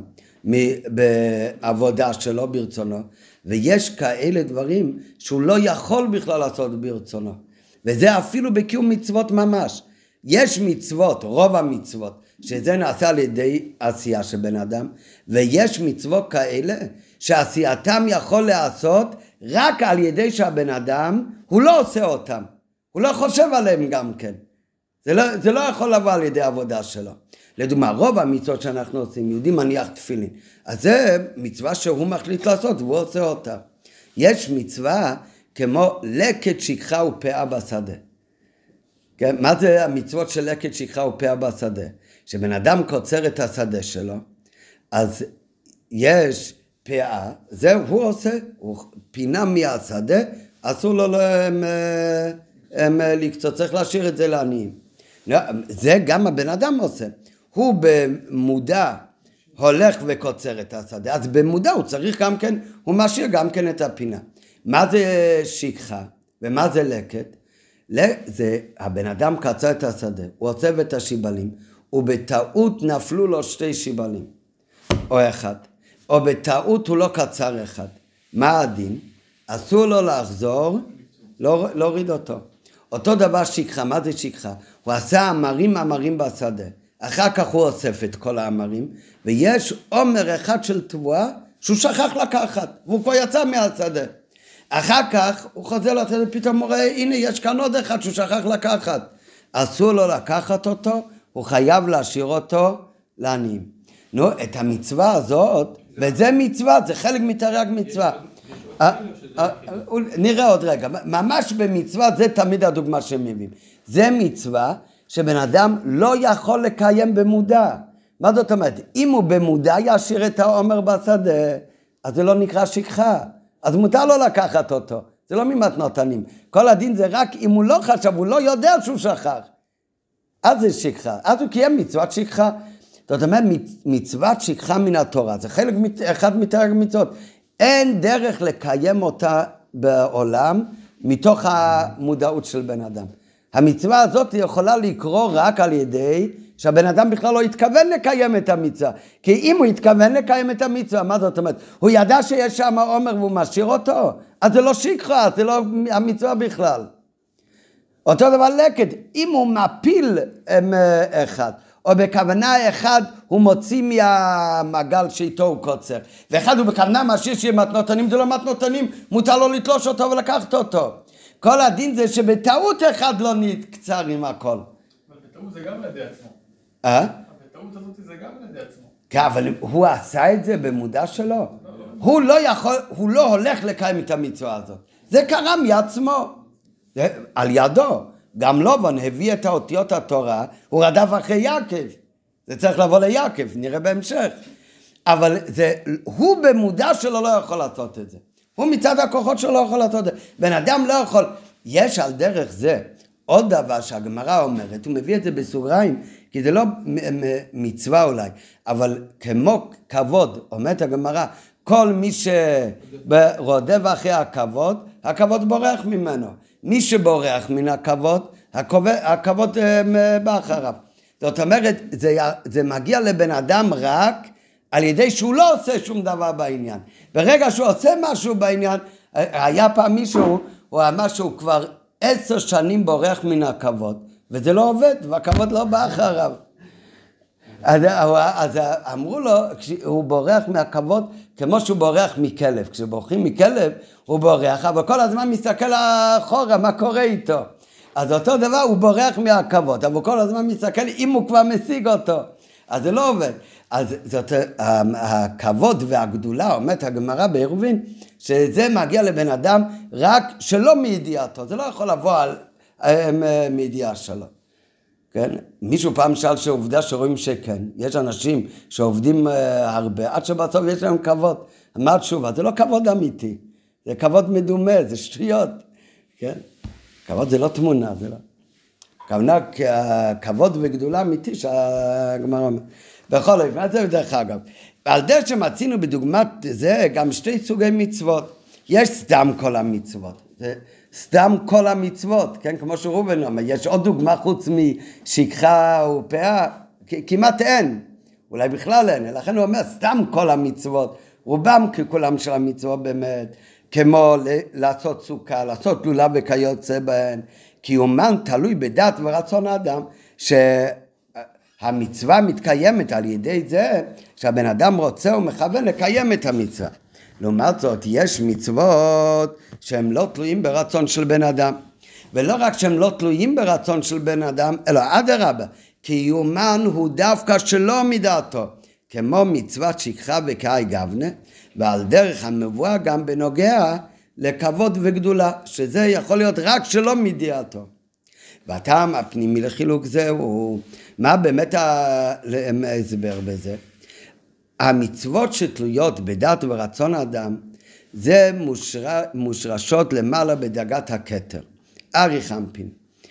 S2: בעבודה שלו ברצונו, ויש כאלה דברים שהוא לא יכול בכלל לעשות ברצונו, וזה אפילו בקיום מצוות ממש. יש מצוות, רוב המצוות, שזה נעשה על ידי עשייה של בן אדם, ויש מצוות כאלה שעשייתם יכול לעשות רק על ידי שהבן אדם, הוא לא עושה אותם, הוא לא חושב עליהם גם כן. זה לא יכול לבוא על ידי העבודה שלו. לדוגמה, רוב המצוות שאנחנו עושים, יהודי מניח תפילין, אז זה מצווה שהוא מחליט לעשות והוא עושה אותה. יש מצווה כמו לקט שכחה ופאה בשדה. כן? מה זה המצוות של לקט שכחה ופאה בשדה? שבן אדם קוצר את השדה שלו, אז יש פאה, זה הוא עושה, הוא פינה מהשדה, אסור לו לקצור, צריך להשאיר את זה לעניים. זה גם הבן אדם עושה, הוא במודע הולך וקוצר את השדה, אז במודע הוא צריך גם כן, הוא משאיר גם כן את הפינה. מה זה שכחה ומה זה לקט? זה הבן אדם קצר את השדה, הוא עוצב את השיבלים, ובטעות נפלו לו שתי שיבלים, או אחד, או בטעות הוא לא קצר אחד. מה הדין? אסור לו לחזור, להוריד אותו. אותו דבר שכחה, מה זה שכחה? הוא עשה אמרים בשדה, אחר כך הוא אוסף את כל האמרים, ויש עומר אחד של תבואה שהוא שכח לקחת, והוא כבר יצא מהשדה. אחר כך הוא חוזר לשדה, פתאום הוא רואה, הנה יש כאן עוד אחד שהוא שכח לקחת. אסור לו לקחת אותו, הוא חייב להשאיר אותו לעניים. נו, את המצווה הזאת, וזה מצווה, זה חלק מתרי"ג מצווה. נראה עוד רגע, ממש במצווה, זה תמיד הדוגמה שהם מביאים. זה מצווה שבן אדם לא יכול לקיים במודע. מה זאת אומרת? אם הוא במודע ישאיר את העומר בשדה, אז זה לא נקרא שכחה. אז מותר לו לקחת אותו. זה לא ממתנות עניים. כל הדין זה רק אם הוא לא חשב, הוא לא יודע שהוא שכח. אז זה שכחה. אז הוא קיים מצוות שכחה. זאת אומרת, מצוות שכחה מן התורה. זה חלק אחד מתרי"ג מצוות. אין דרך לקיים אותה בעולם מתוך המודעות של בן אדם. המצווה הזאת יכולה לקרוא רק על ידי שהבן אדם בכלל לא התכוון לקיים את המצווה. כי אם הוא התכוון לקיים את המצווה, מה זאת אומרת? הוא ידע שיש שם עומר והוא משאיר אותו, אז זה לא שכחה, זה לא המצווה בכלל. אותו דבר לקט, אם הוא מפיל אחד, או בכוונה אחד הוא מוציא מהמעגל שאיתו הוא קוצר, ואחד הוא בכוונה משאיר שיהיה מתנותנים, זה לא מתנותנים, מותר לו לתלוש אותו ולקחת אותו. כל הדין זה שבטעות אחד לא נתקצר עם הכל.
S3: אבל בטעות זה גם לידי עצמו.
S2: בטעות
S3: הטעות הזאת זה גם על ידי עצמו.
S2: כן, אבל הוא עשה את זה במודע שלו. הוא לא הולך לקיים את המצווה הזאת. זה קרה מעצמו. על ידו. גם לובן הביא את האותיות התורה, הוא רדף אחרי יעקב. זה צריך לבוא ליעקב, נראה בהמשך. אבל הוא במודע שלו לא יכול לעשות את זה. הוא מצד הכוחות שלו לא יכול לעשות את זה. בן אדם לא יכול. יש על דרך זה עוד דבר שהגמרא אומרת, הוא מביא את זה בסוגריים, כי זה לא מצווה אולי, אבל כמו כבוד, אומרת הגמרא, כל מי שרודף אחרי הכבוד, הכבוד בורח ממנו. מי שבורח מן הכבוד, הכבוד בא אחריו. זאת אומרת, זה מגיע לבן אדם רק על ידי שהוא לא עושה שום דבר בעניין. ברגע שהוא עושה משהו בעניין, היה פעם מישהו, הוא אמר שהוא כבר 10 שנים בורח מן הכבוד, וזה לא עובד, והכבוד לא בא אחריו. אז אמרו לו, הוא בורח מהכבוד כמו שהוא בורח מכלב. כשבורחים מכלב, הוא בורח, אבל כל הזמן מסתכל אחורה, מה קורה איתו. אז אותו דבר, הוא בורח מהכבוד, אבל כל הזמן מסתכל אם הוא כבר משיג אותו. אז זה לא עובד. אז זאת הכבוד והגדולה, אומרת הגמרא בעירובין, שזה מגיע לבן אדם רק שלא מידיעתו, זה לא יכול לבוא על מידיעה שלו. כן? מישהו פעם שאל שעובדה שרואים שכן, יש אנשים שעובדים הרבה, עד שבסוף יש להם כבוד. אמר תשובה, זה לא כבוד אמיתי, זה כבוד מדומה, זה שטויות. כן? כבוד זה לא תמונה, זה לא. כבוד וגדולה אמיתי שהגמרא אומרת. בכל אופן, זה בדרך אגב. ועל דרך שמצינו בדוגמת זה גם 2 סוגי מצוות. יש סתם כל המצוות. זה סתם כל המצוות, כן? כמו שרובן אומר, יש עוד דוגמה חוץ משכחה ופאה, כמעט אין. אולי בכלל אין. לכן הוא אומר, סתם כל המצוות. רובם ככולם של המצוות באמת, כמו לעשות סוכה, לעשות לולה וכיוצא בהן. קיומן תלוי בדעת ורצון האדם, שהמצווה מתקיימת על ידי זה שהבן אדם רוצה ומכוון לקיים את המצווה. לעומת זאת, יש מצוות שהם לא תלויים ברצון של בן אדם. ולא רק שהם לא תלויים ברצון של בן אדם, אלא אדרבה, קיומן הוא דווקא שלא מדעתו. כמו מצוות שכחה וקאי גבנה, ועל דרך המבואה גם בנוגע לכבוד וגדולה, שזה יכול להיות רק שלא מדעתו. והטעם הפנימי לחילוק זה הוא, מה באמת ההסבר בזה? המצוות שתלויות בדעת ורצון האדם, זה מושרשות למעלה בדרגת הכתר. ארי חמפין.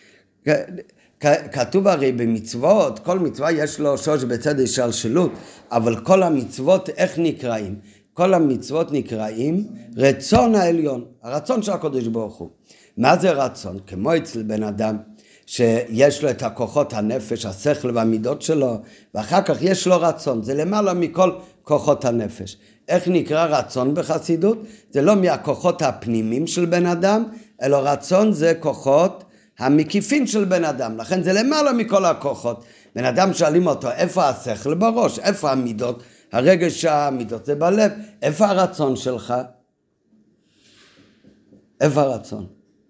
S2: כתוב הרי במצוות, כל מצווה יש לו שוש בצד השלשלות, אבל כל המצוות איך נקראים? כל המצוות נקראים רצון העליון, הרצון של הקדוש ברוך הוא. מה זה רצון? כמו אצל בן אדם, שיש לו את הכוחות הנפש, השכל והמידות שלו, ואחר כך יש לו רצון, זה למעלה מכל כוחות הנפש. איך נקרא רצון בחסידות? זה לא מהכוחות הפנימיים של בן אדם, אלא רצון זה כוחות המקיפים של בן אדם, לכן זה למעלה מכל הכוחות. בן אדם שואלים אותו, איפה השכל? בראש, איפה המידות? הרגש המידות זה בלב, איפה הרצון שלך? איפה הרצון?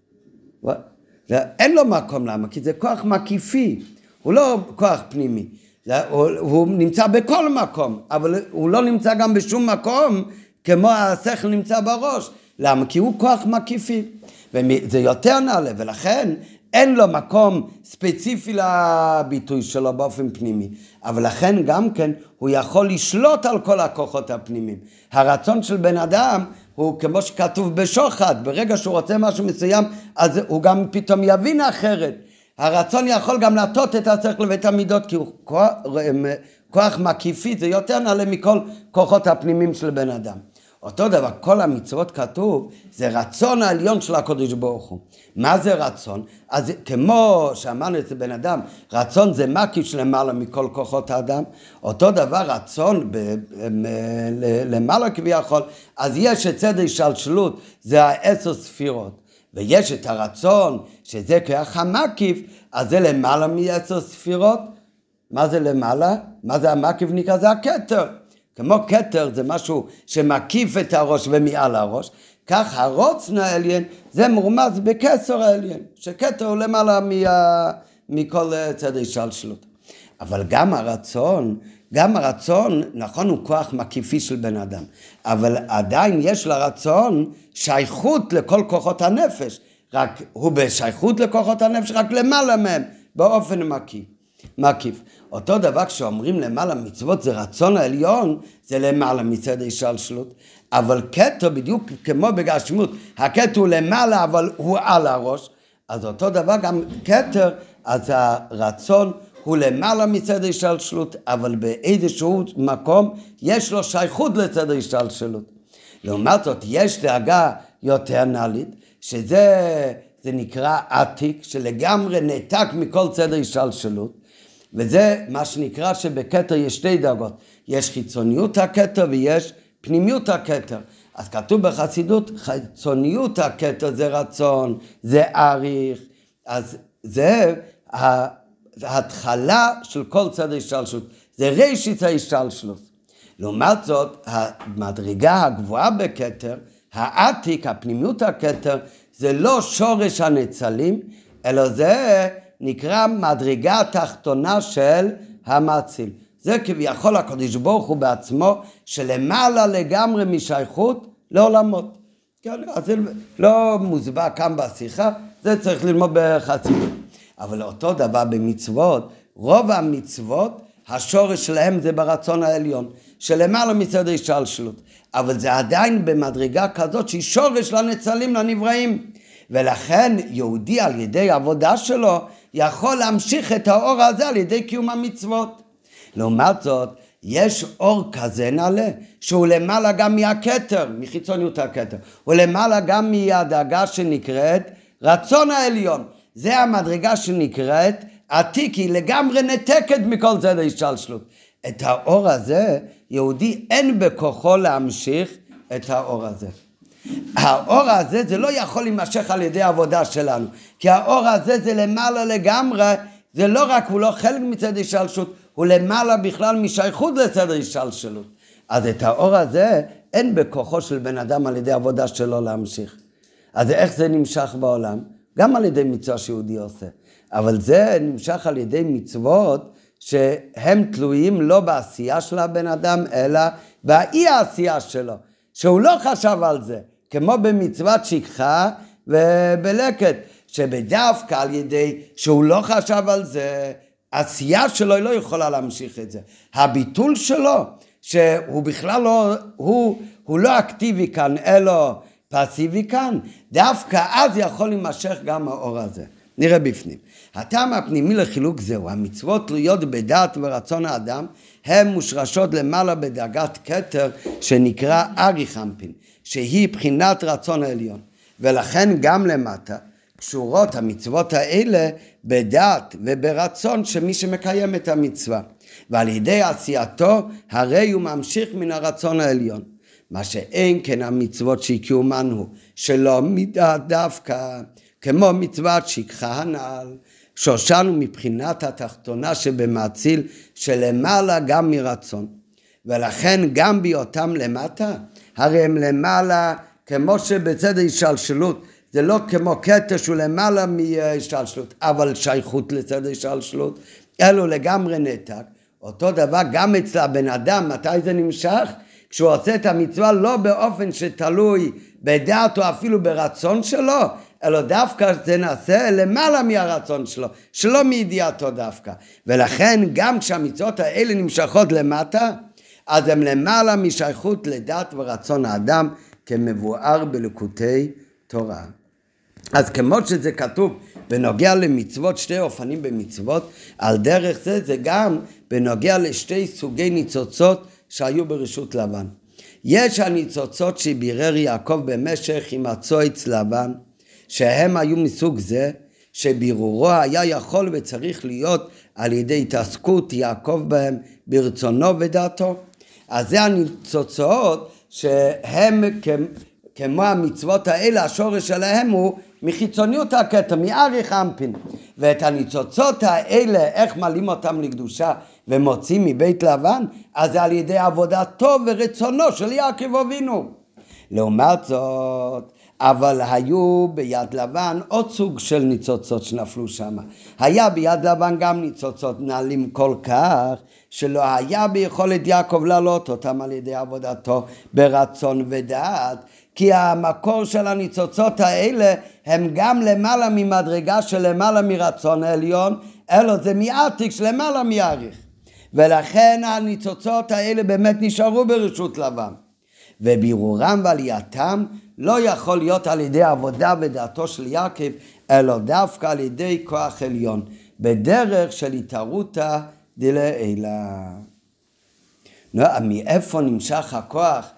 S2: אין לו מקום, למה? כי זה כוח מקיפי, הוא לא כוח פנימי, הוא נמצא בכל מקום, אבל הוא לא נמצא גם בשום מקום כמו השכל נמצא בראש. למה? כי הוא כוח מקיפי, וזה יותר נעלה, ולכן אין לו מקום ספציפי לביטוי שלו באופן פנימי, אבל לכן גם כן הוא יכול לשלוט על כל הכוחות הפנימיים. הרצון של בן אדם הוא כמו שכתוב בשוחד, ברגע שהוא רוצה משהו מסוים, אז הוא גם פתאום יבין אחרת. הרצון יכול גם להטות את השכל ואת המידות, כי הוא כוח מקיפי, זה יותר נעלה מכל כוחות הפנימיים של בן אדם. אותו דבר, כל המצוות כתוב, זה רצון העליון של הקדוש ברוך הוא. מה זה רצון? אז כמו שאמרנו אצל בן אדם, רצון זה מקיף למעלה מכל כוחות האדם, אותו דבר רצון למעלה כביכול, אז יש את צד השלשלות, זה 10 ספירות, ויש את הרצון, שזה כוח המקיף, אז זה למעלה מ10 ספירות. מה זה למעלה? מה זה המקיף נקרא? זה הכתר. כמו כתר זה משהו שמקיף את הראש ומעל הראש, כך הרוצן העליין זה מורמז בכסר העליין, שכתר הוא למעלה מכל צד השלשלות. אבל גם הרצון, נכון, הוא כוח מקיפי של בן אדם, אבל עדיין יש לרצון שייכות לכל כוחות הנפש, רק הוא בשייכות לכוחות הנפש, רק למעלה מהם, באופן מקיף. אותו דבר כשאומרים למעלה מצוות זה רצון העליון, זה למעלה מצד ההשתלשלות, אבל כתר בדיוק כמו בגשמות, הכתר הוא למעלה אבל הוא על הראש, אז אותו דבר גם כתר, אז הרצון הוא למעלה מצד ההשתלשלות, אבל באיזשהו מקום יש לו שייכות לצד ההשתלשלות. לעומת זאת יש דאגה יותר נעלית, שזה נקרא עתיק, שלגמרי נעתק מכל צד ההשתלשלות, וזה מה שנקרא שבכתר יש שתי דרגות, יש חיצוניות הכתר ויש פנימיות הכתר. אז כתוב בחסידות, חיצוניות הכתר זה רצון, זה עריך, אז זה ההתחלה של כל צד ההשתלשלות, זה ראשית ההשתלשלות. לעומת זאת, המדרגה הגבוהה בכתר, העתיק, הפנימיות הכתר, זה לא שורש הנצלים, אלא זה נקרא מדרגה התחתונה של המציל. זה כביכול הקדוש ברוך הוא בעצמו, שלמעלה לגמרי משייכות לעולמות. כן, אז זה לא מוסבר כאן בשיחה, זה צריך ללמוד בחסידות. אבל אותו דבר במצוות, רוב המצוות, השורש שלהם זה ברצון העליון, שלמעלה מצד ההשתלשלות. אבל זה עדיין במדרגה כזאת שהיא שורש לנצלים, לנבראים. ולכן יהודי על ידי העבודה שלו יכול להמשיך את האור הזה על ידי קיום המצוות. לעומת זאת, יש אור כזה נעלה, שהוא למעלה גם מהכתר, מחיצוניות הכתר. הוא למעלה גם מהדאגה שנקראת רצון העליון. זה המדרגה שנקראת עתיק, היא לגמרי נתקת מכל צד ההשתלשלות. את האור הזה, יהודי אין בכוחו להמשיך את האור הזה. האור הזה זה לא יכול להימשך על ידי העבודה שלנו, כי האור הזה זה למעלה לגמרי, זה לא רק, הוא לא חלק מצד ההשתלשלות, הוא למעלה בכלל משייכות לצד ההשתלשלות. אז את האור הזה אין בכוחו של בן אדם על ידי העבודה שלו להמשיך. אז איך זה נמשך בעולם? גם על ידי מצווה שיהודי עושה, אבל זה נמשך על ידי מצוות שהם תלויים לא בעשייה של הבן אדם, אלא באי העשייה שלו, שהוא לא חשב על זה, כמו במצוות שכחה ובלקט, שבדווקא על ידי שהוא לא חשב על זה, העשייה שלו היא לא יכולה להמשיך את זה. הביטול שלו, שהוא בכלל לא, הוא לא אקטיבי כאן, אלא פסיבי כאן, דווקא אז יכול להימשך גם האור הזה. נראה בפנים. הטעם הפנימי לחילוק זהו, המצוות תלויות בדעת ורצון האדם, הן מושרשות למעלה בדרגת כתר שנקרא אריך אנפין, שהיא בחינת רצון העליון. ולכן גם למטה קשורות המצוות האלה בדעת וברצון שמי שמקיים את המצווה. ועל ידי עשייתו הרי הוא ממשיך מן הרצון העליון. מה שאין כן המצוות שקיומן הוא שלא מדעת דווקא, כמו מצוות שכחה הנעל, שושנו מבחינת התחתונה שבמציל שלמעלה גם מרצון. ולכן גם בהיותם למטה, הרי הם למעלה כמו שבצד ההשתלשלות, זה לא כמו כתר שהוא למעלה מהשתלשלות, אבל שייכות לצד ההשתלשלות, אלו לגמרי נתק. אותו דבר גם אצל הבן אדם, מתי זה נמשך? כשהוא עושה את המצווה לא באופן שתלוי בדעת או אפילו ברצון שלו, אלא דווקא זה נעשה למעלה מהרצון שלו, שלא מידיעתו דווקא. ולכן גם כשהמצוות האלה נמשכות למטה, אז הם למעלה משייכות לדעת ורצון האדם, כמבואר בליקוטי תורה. אז כמו שזה כתוב בנוגע למצוות, שתי אופנים במצוות, על דרך זה זה גם בנוגע לשתי סוגי ניצוצות שהיו ברשות לבן. יש הניצוצות שבירר יעקב במשך הימצאו אצל לבן, שהם היו מסוג זה שבירורו היה יכול וצריך להיות על ידי התעסקות יעקב בהם ברצונו ודעתו. אז זה הניצוצות שהם כמו המצוות האלה, השורש שלהם הוא מחיצוניות הכתר, מאריך אנפין. ואת הניצוצות האלה, איך מעלים אותם לקדושה ומוצאים מבית לבן, אז זה על ידי עבודתו ורצונו של יעקב אבינו. לעומת זאת, אבל היו ביד לבן עוד סוג של ניצוצות שנפלו שם. היה ביד לבן גם ניצוצות נעלים כל כך, שלא היה ביכולת יעקב לעלות אותם על ידי עבודתו ברצון ודעת, כי המקור של הניצוצות האלה הם גם למעלה ממדרגה של למעלה מרצון העליון, אלא זה מעתיק שלמעלה מעריך. ולכן הניצוצות האלה באמת נשארו ברשות לבן. ובירורם ועלייתם לא יכול להיות על ידי עבודה ודעתו של יעקב, אלא דווקא על ידי כוח עליון, בדרך של התערותא דלעילא. מאיפה נמשך הכוח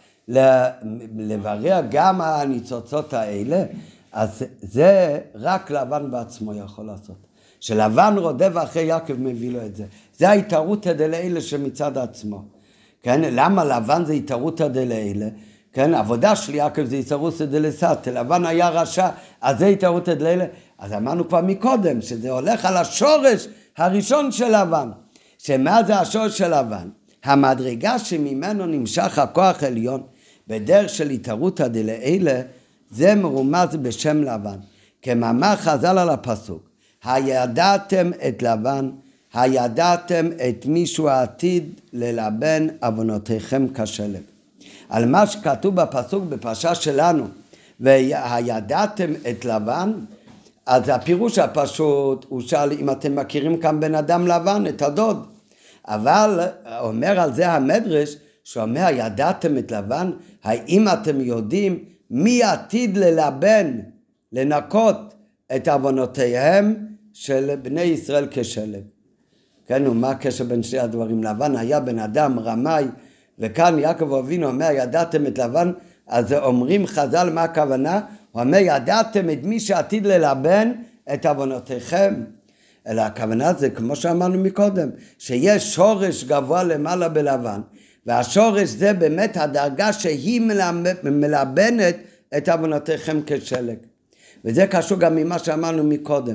S2: לברר גם הניצוצות האלה? אז זה רק לבן בעצמו יכול לעשות. שלבן רודף אחרי יעקב מביא לו את זה. זה ההתערותא דלעילא שמצד עצמו. כן? למה לבן זה התערותא דלעילא? כן? עבודה של יעקב זה התערותא דלסתא. לבן היה רשע, אז זה התערותא דלעילא. אז אמרנו כבר מקודם, שזה הולך על השורש הראשון של לבן. שמה זה השורש של לבן? המדרגה שממנו נמשך הכוח עליון, בדרך של התערותא דלעילא, זה מרומז בשם לבן. כמאמר חז"ל על הפסוק, הידעתם את לבן, הידעתם את מישהו העתיד ללבן עוונותיכם כשלג. על מה שכתוב בפסוק בפרשה שלנו, והידעתם את לבן, אז הפירוש הפשוט, הוא שאל אם אתם מכירים כאן בן אדם לבן, את הדוד. אבל אומר על זה המדרש, שאומר ידעתם את לבן, האם אתם יודעים מי עתיד ללבן, לנקות את עוונותיהם של בני ישראל כשלג. כן, ומה הקשר בין שני הדברים? לבן היה בן אדם רמאי, וכאן יעקב אבינו אומר ידעתם את לבן, אז אומרים חז"ל מה הכוונה? הוא אומר ידעתם את מי שעתיד ללבן את עוונותיכם. אלא הכוונה זה כמו שאמרנו מקודם, שיש שורש גבוה למעלה בלבן, והשורש זה באמת הדרגה שהיא מלבנת את עוונותיכם כשלג. וזה קשור גם ממה שאמרנו מקודם,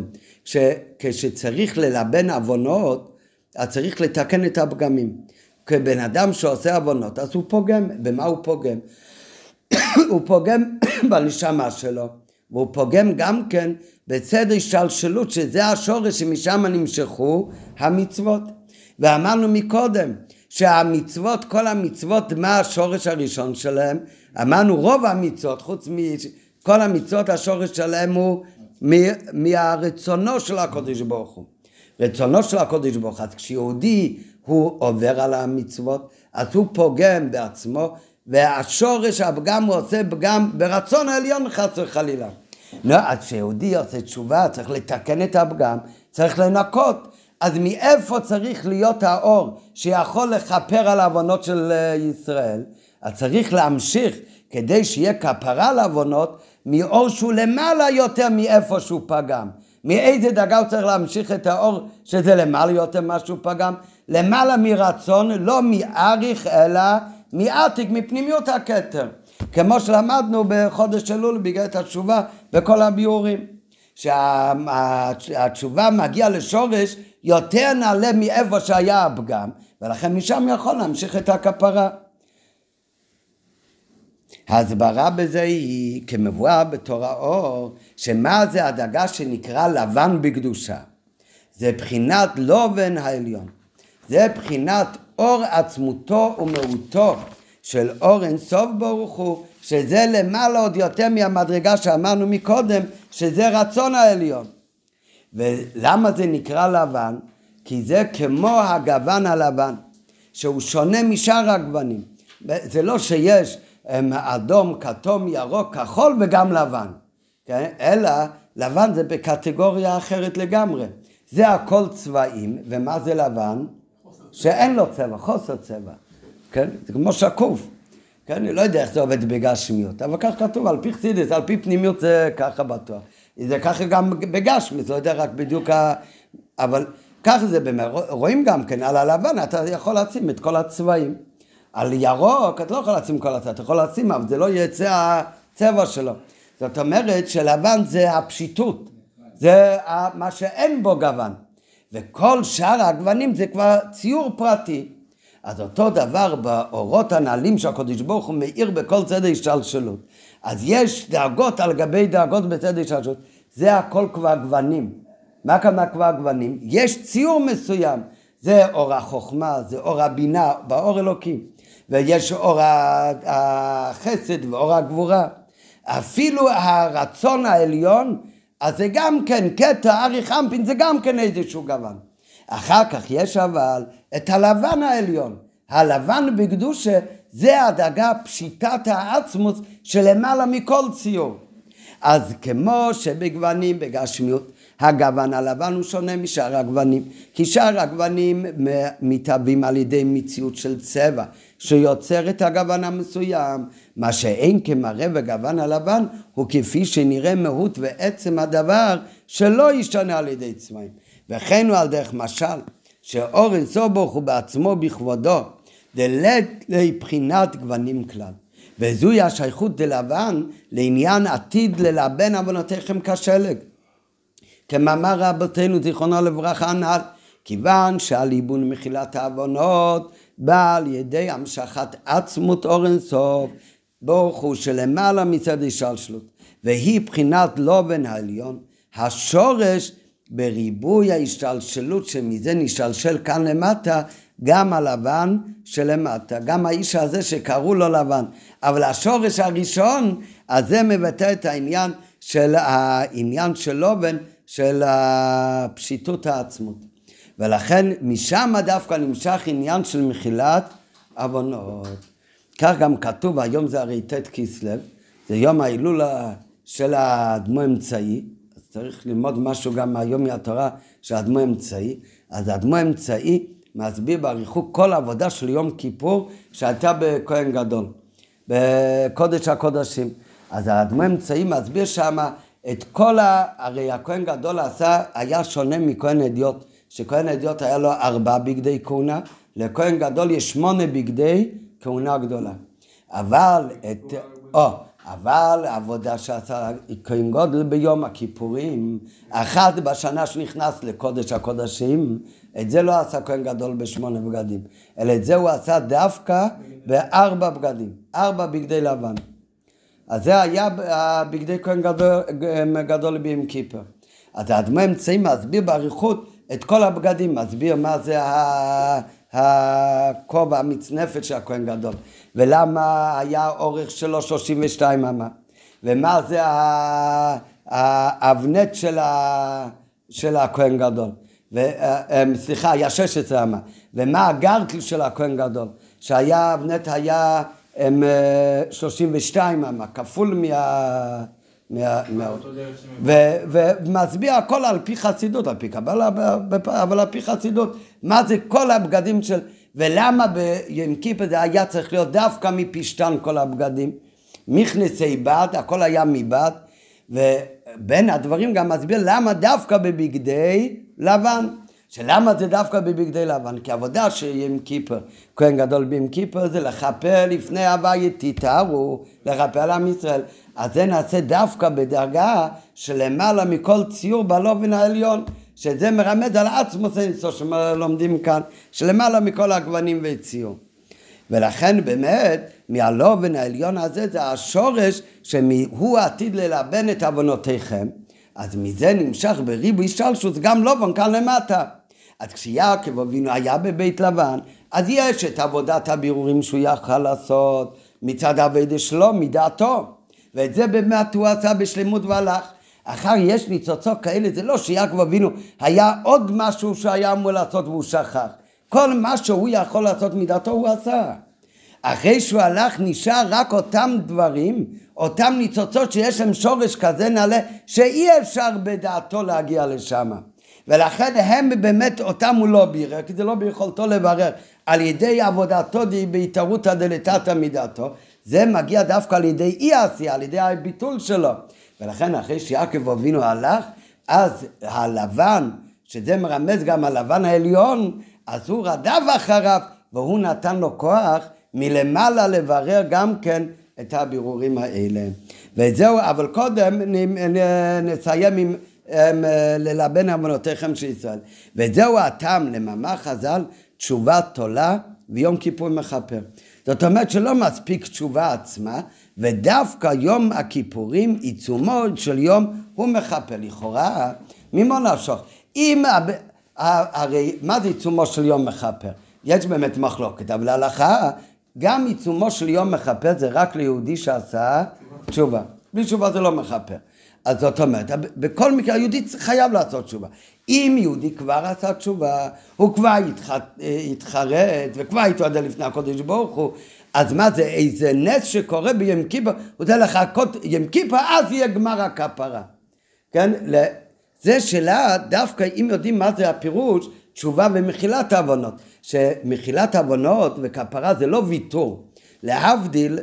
S2: כשצריך ללבן עוונות, אז צריך לתקן את הפגמים. כבן אדם שעושה עוונות, אז הוא פוגם. במה הוא פוגם? הוא פוגם בנשמה שלו, והוא פוגם גם כן בצד השתלשלות, שזה השורש שמשם נמשכו המצוות. ואמרנו מקודם, שהמצוות, כל המצוות, מה השורש הראשון שלהם? אמרנו רוב המצוות, חוץ מכל המצוות, השורש שלהם הוא מהרצונו של הקדוש ברוך הוא. רצונו של הקדוש ברוך הוא. אז כשיהודי הוא עובר על המצוות, אז הוא פוגם בעצמו, והשורש הפגם הוא עושה פגם ברצון העליון חס וחלילה. אז כשיהודי עושה תשובה, צריך לתקן את הפגם, צריך לנקות. אז מאיפה צריך להיות האור שיכול לכפר על העוונות של ישראל? אז צריך להמשיך כדי שיהיה כפרה על העוונות מאור שהוא למעלה יותר מאיפה שהוא פגם. מאיזה דרגה הוא צריך להמשיך את האור שזה למעלה יותר מה שהוא פגם? למעלה מרצון, לא מעריך אלא מעתיק, מפנימיות הכתר. כמו שלמדנו בחודש אלול בגלל התשובה בכל הביאורים. שהתשובה מגיעה לשורש יותר נעלה מאיפה שהיה הפגם, ולכן משם יכול להמשיך את הכפרה. ההסברה בזה היא כמבואר בתור האור, שמה זה הדרגה שנקרא לבן בקדושה? זה בחינת לובן העליון. זה בחינת אור עצמותו ומהותו של אור אינסוף ברוך הוא, שזה למעלה עוד יותר מהמדרגה שאמרנו מקודם, שזה רצון העליון. ולמה זה נקרא לבן? כי זה כמו הגוון הלבן, שהוא שונה משאר הגוונים. זה לא שיש אדום, כתום, ירוק, כחול וגם לבן, כן? אלא לבן זה בקטגוריה אחרת לגמרי. זה הכל צבעים, ומה זה לבן? שאין לו צבע, חוסר צבע. כן? זה כמו שקוף. כן? אני לא יודע איך זה עובד בגשמיות, אבל כך כתוב, על פי חסידות, על פי פנימיות זה ככה בטוח. זה ככה גם בגשמיות, לא יודע רק בדיוק, אבל ככה זה באמת, רואים גם כן, על הלבן אתה יכול לשים את כל הצבעים. על ירוק אתה לא יכול לשים כל הצבע, אתה יכול לשים, אבל זה לא יצא הצבע שלו. זאת אומרת שלבן זה הפשיטות, זה מה שאין בו גוון. וכל שאר הגוונים זה כבר ציור פרטי. אז אותו דבר באורות הנעלים שהקדוש ברוך הוא מאיר בכל צד השתלשלות. אז יש דאגות על גבי דאגות בצד השתלשלות. זה הכל כבר גוונים. מה כמה כבר גוונים? יש ציור מסוים. זה אור החוכמה, זה אור הבינה, באור אלוקים. ויש אור החסד ואור הגבורה. אפילו הרצון העליון, אז זה גם כן, קטע, אריך אמפין, זה גם כן איזשהו גוון. אחר כך יש אבל את הלבן העליון. הלבן בקדושה זה הדאגה פשיטת העצמוס שלמעלה מכל ציור. אז כמו שבגוונים בגשמיות, הגוון הלבן הוא שונה משאר הגוונים, כי שאר הגוונים מתהווים על ידי מציאות של צבע, שיוצר את הגוון המסוים. מה שאין כמראה בגוון הלבן, הוא כפי שנראה מהות ועצם הדבר, שלא ישתנה על ידי צבעים. וכן הוא על דרך משל, שאור אינסוף ברוך הוא בעצמו בכבודו, דלת לבחינת גוונים כלל. וזוהי השייכות דלבן לעניין עתיד ללבן עוונותיכם כשלג. כמאמר רבותינו זיכרונו לברכה הנ"ל, כיוון שהליבון מחילת העוונות בא על ידי המשכת עצמות אור אינסוף ברוך הוא שלמעלה מצד השתלשלות, והיא בחינת לובן העליון, השורש בריבוי ההשתלשלות שמזה נשתלשל כאן למטה, גם הלבן שלמטה, גם האיש הזה שקראו לו לבן, אבל השורש הראשון, אז זה מבטא את העניין של לובן, של הפשיטות העצמות. ולכן משם דווקא נמשך עניין של מחילת עוונות. כך גם כתוב, היום זה הרי ט' כסלו, זה יום ההילולה של האדמו אמצעי, אז צריך ללמוד משהו גם מהיום מהתורה של האדמו אמצעי. אז האדמו אמצעי מסביר באריכות כל העבודה של יום כיפור שהייתה בכהן גדול, בקודש הקודשים. אז האדמו אמצעי מסביר שמה את כל הרי הכהן גדול היה שונה מכהן אדיוט, שכהן אדיוט היה לו 4 בגדי כהונה, לכהן גדול יש 8 בגדי כהונה גדולה. אבל העבודה שעשה כהן גדול ביום הכיפורים, אחד בשנה שנכנס לקודש הקודשים, את זה לא עשה כהן גדול ב8 בגדים, אלא את זה הוא עשה דווקא ב4 בגדים, 4 בגדי לבן. אז זה היה בגדי כהן גדול ביום כיפור. אז האדמו אמצעי מסביר באריכות את כל הבגדים, מסביר מה זה הכובע המצנפת של הכהן גדול, ולמה היה אורך שלו 32 אמה, ומה זה האבנט של הכהן גדול, סליחה, היה 16 אמה, ומה הגרטל של הכהן גדול, שהיה אבנט היה 32 אמה, כפול ומסביר הכל על פי חסידות, על פי קבלה, אבל על פי חסידות, מה זה כל הבגדים של, ולמה ביום כיפור זה היה צריך להיות דווקא מפשטן כל הבגדים, מכנסי בד, הכל היה מבד, ובין הדברים גם מסביר למה דווקא בבגדי לבן, שלמה זה דווקא בבגדי לבן, כי עבודה שיום כיפור, כהן גדול ביום כיפור זה לכפר לפני הוויה תתארו, לכפר על עם ישראל, אז זה נעשה דווקא בדרגה שלמעלה מכל ציור בלובן העליון, שזה מרמז על עצמוס אינסוף שלומדים כאן, שלמעלה מכל הגוונים וציור. ולכן באמת מהלובן העליון הזה זה השורש שהוא עתיד ללבן את עוונותיכם, אז מזה נמשך בריבוי השתלשלות גם לובן כאן למטה. אז כשיעקב אבינו היה בבית לבן, אז יש את עבודת הבירורים שהוא יכל לעשות מצד העבודה שלו, מדעתו, ואת זה באמת הוא עשה בשלמות והלך. אחר יש ניצוצות כאלה, זה לא שיעקב אבינו היה עוד משהו שהיה אמור לעשות והוא שכח. כל מה שהוא יכול לעשות מדעתו הוא עשה. אחרי שהוא הלך נשאר רק אותם דברים, אותם ניצוצות שיש להם שורש כזה נעלה, שאי אפשר בדעתו להגיע לשם. ולכן הם באמת אותם הוא לא בירר, כי זה לא ביכולתו לברר. על ידי עבודתו בהתערותא דלתתא מדעתו, זה מגיע דווקא על ידי אי עשייה, על ידי הביטול שלו. ולכן אחרי שיעקב אבינו הלך, אז הלבן, שזה מרמז גם הלבן העליון, אז הוא רדף אחריו, והוא נתן לו כוח מלמעלה לברר גם כן את הבירורים האלה. וזהו, אבל קודם נסיים עם ללבן עוונותיכם של ישראל. וזהו הטעם למאמר חז"ל, תשובה תולה ויום כיפור מכפר. זאת אומרת שלא מספיק תשובה עצמה, ודווקא יום הכיפורים עיצומו של יום הוא מכפר. לכאורה, ממה נפשוך? הרי מה זה עיצומו של יום מכפר? יש באמת מחלוקת, אבל להלכה גם עיצומו של יום מכפר זה רק ליהודי שעשה תשובה. בלי תשובה זה לא מכפר. אז זאת אומרת, בכל מקרה היהודי חייב לעשות תשובה. אם יהודי כבר עשה תשובה, הוא כבר התחרט וכבר התוודע לפני הקודש ברוך הוא, אז מה זה? איזה נס שקורה ביום כיפור, הוא רוצה לחכות יום כיפור, אז יהיה גמר הכפרה. כן? זה שאלה, דווקא אם יודעים מה זה הפירוש, תשובה ומחילת העוונות. שמחילת העוונות וכפרה זה לא ויתור. להבדיל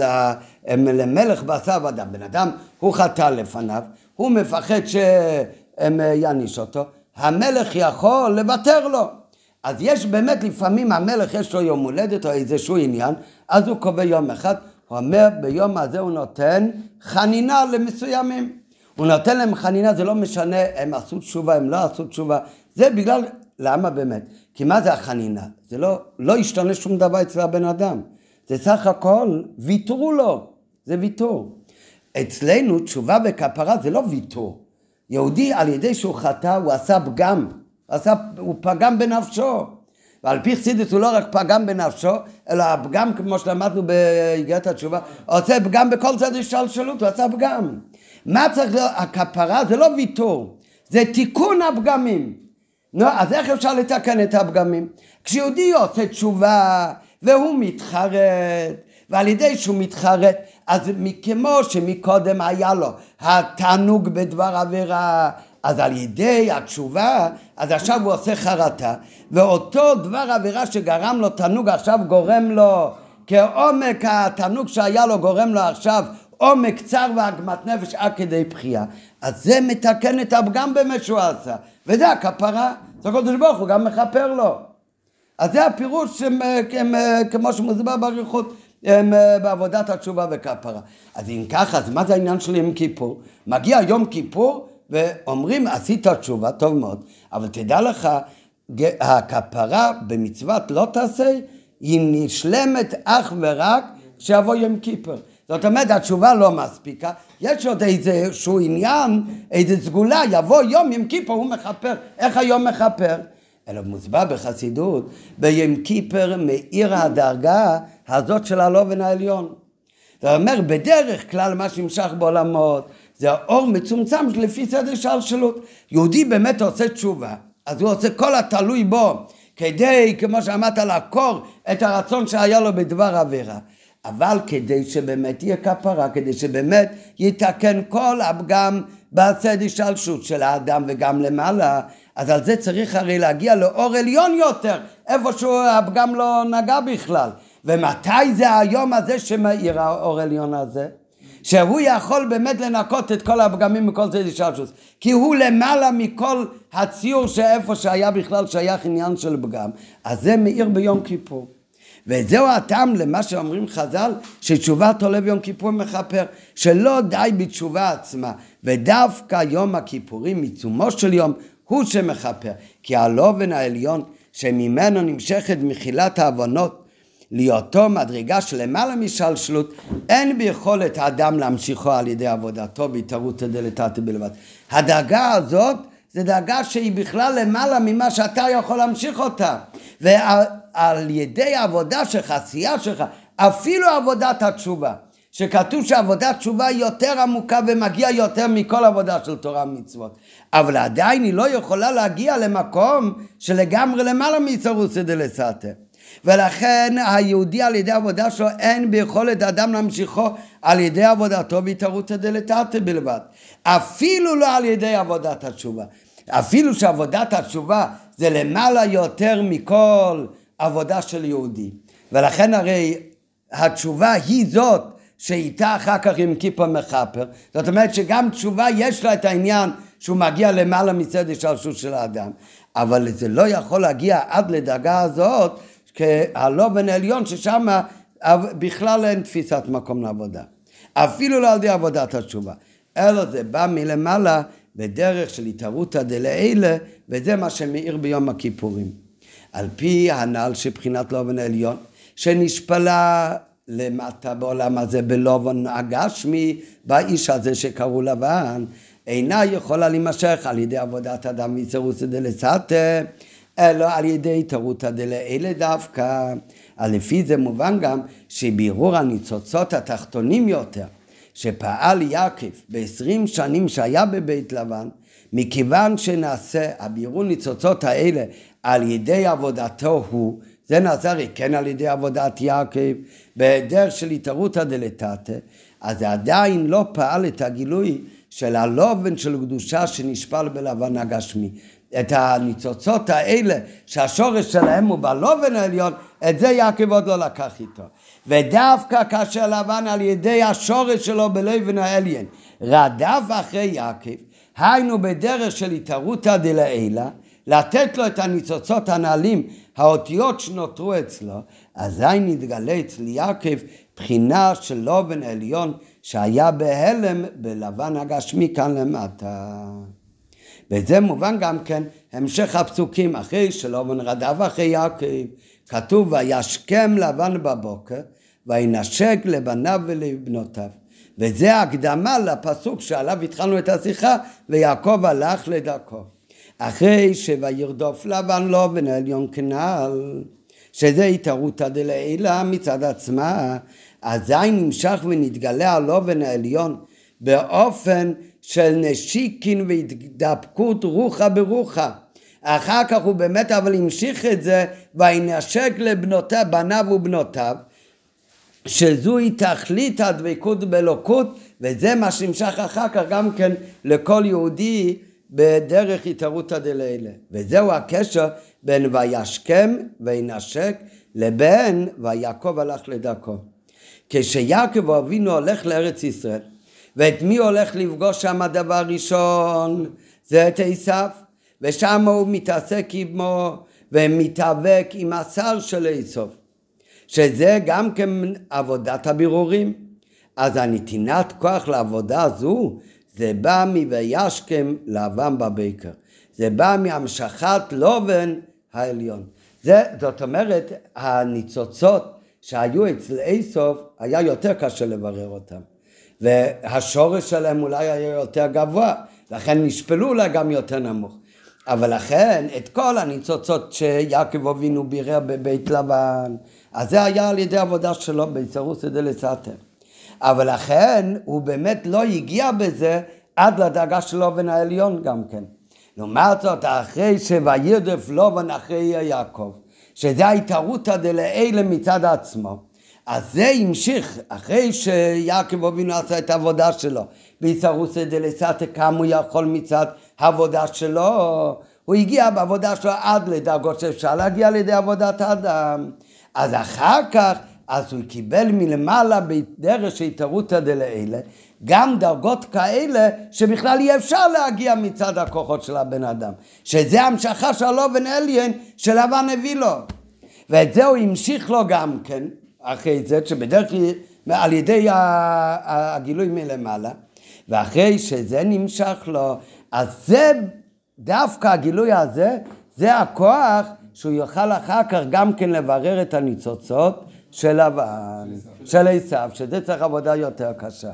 S2: למלך בשר אדם. בן אדם הוא חטא לפניו, הוא מפחד שהם יעניש אותו, המלך יכול לוותר לו. אז יש באמת לפעמים המלך יש לו יום הולדת או איזשהו עניין, אז הוא קובע יום אחד, הוא אומר ביום הזה הוא נותן חנינה למסוימים. הוא נותן להם חנינה, זה לא משנה, הם עשו תשובה, הם לא עשו תשובה. זה בגלל, למה באמת? כי מה זה החנינה? זה לא ישתנה שום דבר אצל הבן אדם. זה סך הכל, ויתרו לו. זה ויתור. אצלנו תשובה וכפרה זה לא ויתור. יהודי על ידי שהוא חטא, הוא עשה פגם. הוא פגם בנפשו. ועל פי חסידות הוא לא רק פגם בנפשו, אלא הפגם כמו שלמדנו באגרת התשובה, הוא עושה פגם בכל צד השתלשלות, הוא עשה פגם. מה צריך להיות? הכפרה זה לא ויתור, זה תיקון הפגמים. אז איך אפשר לתקן את הפגמים? כשיהודי עושה תשובה והוא מתחרט, ועל ידי שהוא מתחרט, אז כמו שמקודם היה לו התענוג בדבר עבירה, אז על ידי התשובה, אז עכשיו הוא עושה חרטה, ואותו דבר עבירה שגרם לו תענוג עכשיו גורם לו, כעומק התענוג שהיה לו גורם לו עכשיו עומק צר ועגמת נפש עד כדי בחייה. אז זה מתקן את הפגם באמת שהוא עשה, וזה הכפרה. זה הקדוש ברוך הוא גם מכפר לו. אז זה הפירוש כמו שמוסבר באריכות בעבודת התשובה וכפרה. אז אם ככה, אז מה זה העניין של יום כיפור? מגיע יום כיפור ואומרים עשית תשובה, טוב מאוד, אבל תדע לך, הכפרה במצוות לא תעשה, היא נשלמת אך ורק שיבוא יום כיפור. זאת אומרת, התשובה לא מספיקה, יש עוד איזשהו עניין, איזו סגולה, יבוא יום כיפור, הוא מכפר. איך היום מכפר? אלא מוסבר בחסידות, ביום כיפור מאיר הדרגה הזאת של הלובן העליון. זאת אומרת, בדרך כלל מה שנמשך בעולמות, זה האור מצומצם לפי סדר שלשלות. יהודי באמת עושה תשובה, אז הוא עושה כל התלוי בו, כדי, כמו שאמרת, לעקור את הרצון שהיה לו בדבר עבירה. אבל כדי שבאמת יהיה כפרה, כדי שבאמת יתקן כל הפגם בסדר שלשלות של האדם וגם למעלה, אז על זה צריך הרי להגיע לאור עליון יותר, איפה שהפגם לא נגע בכלל. ומתי זה היום הזה שמאיר האור עליון הזה? שהוא יכול באמת לנקות את כל הפגמים מכל סדר שלשלות, כי הוא למעלה מכל הציור שאיפה שהיה בכלל שייך עניין של פגם. אז זה מאיר ביום כיפור. וזהו הטעם למה שאומרים חז"ל, שתשובת עולה ביום כיפור מכפר, שלא די בתשובה עצמה, ודווקא יום הכיפורים עיצומו של יום הוא שמכפר, כי הלובן העליון שממנו נמשכת מחילת העוונות להיותו מדרגה שלמעלה משלשלות, אין ביכולת האדם להמשיכו על ידי עבודתו בהתערותא דלתתא בלבד. הדרגה הזאת זה דרגה שהיא בכלל למעלה ממה שאתה יכול להמשיך אותה, ועל ידי העבודה שלך, עשייה שלך, אפילו עבודת התשובה, שכתוב שעבודת תשובה היא יותר עמוקה ומגיעה יותר מכל עבודה של תורה ומצוות, אבל עדיין היא לא יכולה להגיע למקום שלגמרי למעלה מאיסורא דלסתר. ולכן היהודי על ידי עבודה שלו אין ביכולת אדם להמשיכו על ידי עבודתו בהתערותא דלתתא בלבד, אפילו לא על ידי עבודת התשובה. אפילו שעבודת התשובה זה למעלה יותר מכל עבודה של יהודי, ולכן הרי התשובה היא זאת שאיתה אחר כך עם כיפור מכפר. זאת אומרת שגם תשובה יש לה את העניין שהוא מגיע למעלה מסדר שלשלות של האדם, אבל זה לא יכול להגיע עד לדרגה הזאת כהלובן העליון, ששם בכלל אין תפיסת מקום לעבודה, אפילו לא על ידי עבודת התשובה, אלא זה בא מלמעלה בדרך של התערותא דלעילא, וזה מה שמאיר ביום הכיפורים. על פי הנעל שבחינת לובן העליון, שנשפלה למטה בעולם הזה בלובן הגשמי, באיש הזה שקראו לבן, אינה יכולה להימשך על ידי עבודת אדם ויצרוסא דלסתא, אלא על ידי תרותא דלעילא דווקא. לפי זה מובן גם שבירור הניצוצות התחתונים יותר, שפעל יעקב ב-20 שנים שהיה בבית לבן, מכיוון שנעשה הבירור ניצוצות האלה על ידי עבודתו הוא, זה נעשה כן על ידי עבודת יעקב, בדרך של התערותא דלתתא, אז זה עדיין לא פעל את הגילוי של הלובן של קדושה שנשפל בלבן הגשמי. את הניצוצות האלה שהשורש שלהם הוא בלובן העליון, את זה יעקב עוד לא לקח איתו. ודווקא כאשר לבן על ידי השורש שלו בלובן העליון רדף אחרי יעקב, היינו בדרך של התערותא דלעילא, לתת לו את הניצוצות הנעלים, האותיות שנותרו אצלו, אזי נתגלה אצל יעקב בחינה של לובן עליון שהיה בהלם בלבן הגשמי כאן למטה. וזה מובן גם כן המשך הפסוקים, אחרי שלובן רדף אחרי יעקב, כתוב וישכם לבן בבוקר וינשק לבניו ולבנותיו, וזה הקדמה לפסוק שעליו התחלנו את השיחה, ויעקב הלך לדרכו. אחרי שוירדוף לבן לובן העליון כנעל, שזה התערותא דלעילא מצד עצמה, אזי נמשך ונתגלה הלובן העליון באופן של נשיקין והתדבקות רוחה ברוחה. אחר כך הוא באמת אבל המשיך את זה, וינשק לבנותיו, בניו ובנותיו, שזוהי תכלית הדבקות באלוקות, וזה מה שנמשך אחר כך גם כן לכל יהודי בדרך התערותא דלעילא. וזהו הקשר בין וישכם וינשק לבין ויעקב הלך לדרכו. כשיעקב אבינו הולך לארץ ישראל, ואת מי הולך לפגוש שם הדבר ראשון? זה את עשיו, ושם הוא מתעסק עמו ומתאבק עם השר של עשיו, שזה גם כן עבודת הבירורים. אז הנתינת כוח לעבודה הזו, זה בא מ"וישכם לבן בבוקר", זה בא מהמשכת לובן העליון. זאת אומרת, הניצוצות שהיו אצל עשיו היה יותר קשה לברר אותם, והשורש שלהם אולי היה יותר גבוה, לכן נשפלו אולי גם יותר נמוך. אבל לכן את כל הניצוצות שיעקב אבינו בירר בבית לבן, אז זה היה על ידי עבודה שלו ביצרוסא דלסתא. אבל לכן הוא באמת לא הגיע בזה עד לדרגה של לובן העליון גם כן. לעומת זאת, אחרי שוירדף לובן אחרי יעקב, שזה התערותא דלעילא מצד עצמו, אז זה המשיך, אחרי שיעקב אבינו עשה את העבודה שלו, ביצרוסא דלסתא, כמה הוא יכול מצד העבודה שלו, הוא הגיע בעבודה שלו עד לדרגות שאפשר להגיע לידי עבודת האדם. אז אחר כך, אז הוא קיבל מלמעלה בדרך של התערותא דלעילא, גם דרגות כאלה שבכלל אי אפשר להגיע מצד הכוחות של הבן אדם, שזה המשכה של לובן עליון שלבן הביא לו. ואת זה הוא המשיך לו גם כן, אחרי זה, שבדרך כלל על ידי הגילוי מלמעלה, ואחרי שזה נמשך לו, אז זה דווקא הגילוי הזה, זה הכוח שהוא יוכל אחר כך גם כן לברר את הניצוצות של לבן, של עשיו, שזה צריך עבודה יותר קשה.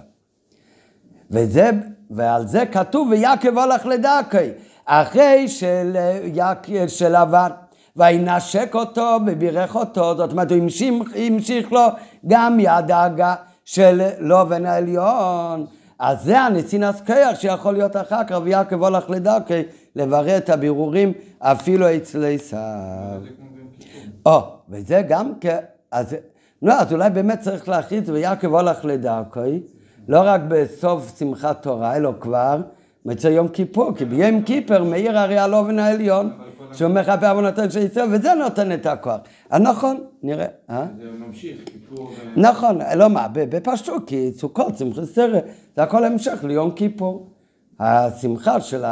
S2: ועל זה כתוב, ויעקב הלך לדרכו, אחרי של לבן, וינשק אותו ובירך אותו, זאת אומרת, הוא המשיך לו גם מהדאגה של לובן העליון. אז זה הנצינס כוח שיכול להיות אחר כך, ויעקב הלך לדרכו, לברר את הבירורים אפילו אצל עשיו. וזה גם אז אולי באמת צריך להכריז, ויעקב הלך לדרכו, לא רק בסוף שמחת תורה, אלא כבר מצא יום כיפור, כי ביום כיפר מאיר הרי הלובן העליון, שהוא מכפר עוונותיהם של ישראל, וזה נותן את הכוח. נכון, נראה.
S3: זה ממשיך, כיפור...
S2: נכון, לא מה, בפשטות, כי סוכות, שמחת תורה, זה הכל המשך ליום כיפור. השמחה של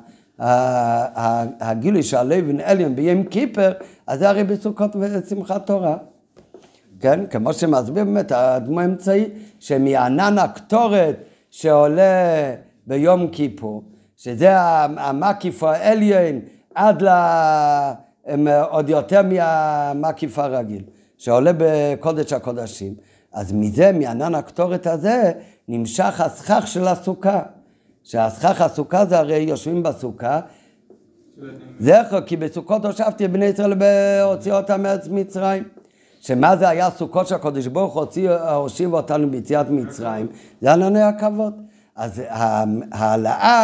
S2: הגילוי של הלובן העליון ביום כיפר, אז זה הרי בסוכות ושמחת תורה. כן, כמו שמסביר באמת, הדמו האמצעי, שמענן הקטורת שעולה ביום כיפור, שזה המקיף העליון עד הם עוד יותר מהמקיף הרגיל, שעולה בקודש הקודשים. אז מזה, מענן הקטורת הזה, נמשך הסכך של הסוכה. שהסכך הסוכה זה הרי יושבים בסוכה, זכר, כי בסוכות הושבתי בני ישראל בהוציא אותם מארץ מצרים. שמה זה היה סוכות שהקדוש ברוך הושיב אותנו ביציאת מצרים? זה ענני הכבוד. אז העלאה,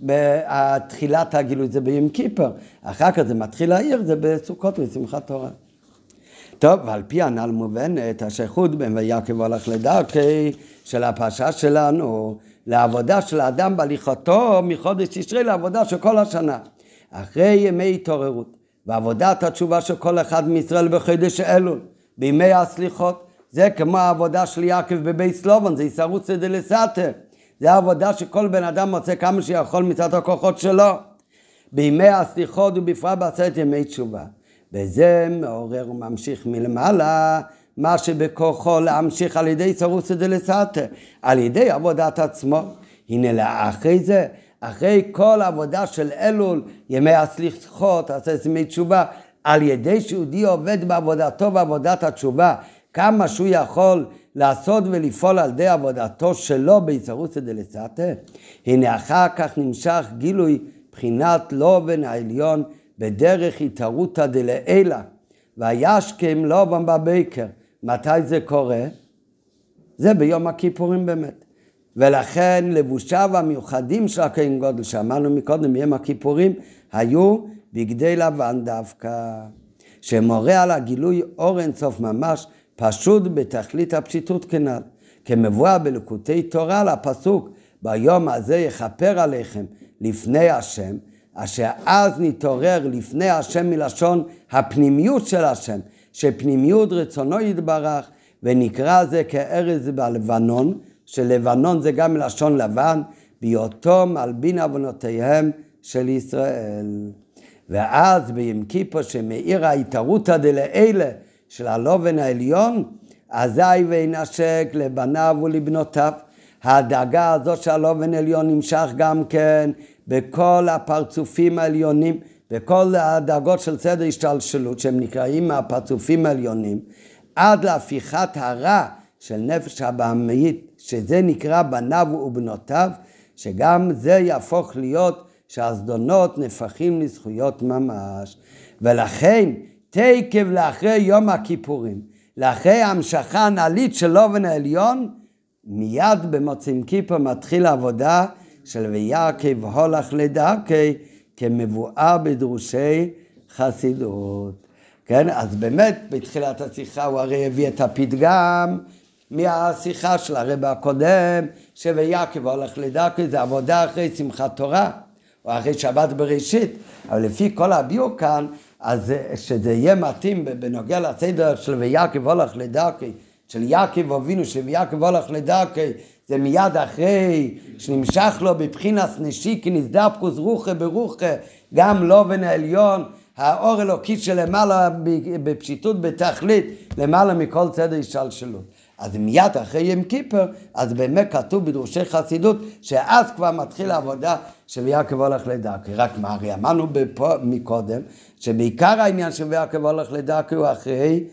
S2: בתחילת הגילוי זה ביום כיפר, אחר כך זה מתחיל להעיר, זה בסוכות ושמחת תורה. טוב, ועל פי הנ"ל מובנת השייכות בין ויעקב הולך לדרכי של הפרשה שלנו, לעבודה של האדם בהליכתו מחודש תשרי לעבודה של כל השנה. אחרי ימי התעוררות, ועבודת התשובה של כל אחד מישראל בחודש אלול, בימי הסליחות, זה כמו העבודה של יעקב בבית סלובון, זה יסרוצא דלסתר. זה העבודה שכל בן אדם מוצא כמה שיכול מצד הכוחות שלו. בימי הסליחות ובפרט בעשרת ימי תשובה. וזה מעורר וממשיך מלמעלה, מה שבכוחו להמשיך על ידי יסרוצא דלסתר, על ידי עבודת עצמו. הנה לאחרי זה, אחרי כל עבודה של אלול, ימי הסליחות, עשרת ימי תשובה, על ידי שיהודי עובד בעבודתו בעבודת התשובה, כמה שהוא יכול לעשות ולפעול על ידי עבודתו שלו ביסרוצא דלסתר. הנה אחר כך נמשך גילוי בחינת לובן העליון בדרך התערותא דלעילא, וישכם לובן בבוקר. מתי זה קורה? זה ביום הכיפורים באמת. ולכן לבושיו המיוחדים של הכהן גודל, שאמרנו מקודם ביום הכיפורים, היו בגדי לבן דווקא, שמורה על הגילוי אור אינסוף ממש, פשוט בתכלית הפשיטות כנ"ל, כמבואר בליקוטי תורה לפסוק, ביום הזה יכפר עליכם לפני השם, אשר אז נתעורר לפני השם מלשון הפנימיות של השם, שפנימיות רצונו יתברך, ונקרא זה כארז בלבנון, שלבנון זה גם מלשון לבן, בהיותו מלבין עוונותיהם של ישראל. ואז ביום כיפור שמאיר ההתערותא דלעילא של הלובן העליון, אזי וינשק לבניו ולבנותיו. הדאגה הזאת של הלובן העליון נמשך גם כן בכל הפרצופים העליונים, בכל הדאגות של סדר השתלשלות שהם נקראים הפרצופים העליונים, עד להפיכת הרע של נפש הבהמית, שזה נקרא בניו ובנותיו, שגם זה יהפוך להיות שהזדונות נפחים לזכויות ממש. ולכן תקף לאחרי יום הכיפורים, לאחרי המשכה הנעלית של לובן העליון, מיד במוצאים כיפור מתחיל העבודה של ויעקב הולך לדרכי, כמבואר בדרושי חסידות. כן, אז באמת בתחילת השיחה הוא הרי הביא את הפתגם מהשיחה של הרב הקודם, שויעקב הולך לדרכי, זה עבודה אחרי שמחת תורה, או אחרי שבת בראשית, אבל לפי כל הביאו כאן, אז שזה יהיה מתאים בנוגע לסדר של ויעקב הולך לדרכי, של יעקב אבינו, של ויעקב הולך לדרכי, זה מיד אחרי שנמשך לו בבחינס נשיקי נסדפקוס רוחה ברוחה, גם לובן העליון, האור אלוקי שלמעלה בפשיטות בתכלית, למעלה מכל צדר השתלשלות. אז מיד אחרי יום כיפור, אז באמת כתוב בדרושי חסידות, שאז כבר מתחיל העבודה של ויעקב הולך לדרכי. רק מה, הרי אמרנו מקודם, שבעיקר העניין של ויעקב הולך לדרכי הוא אחרי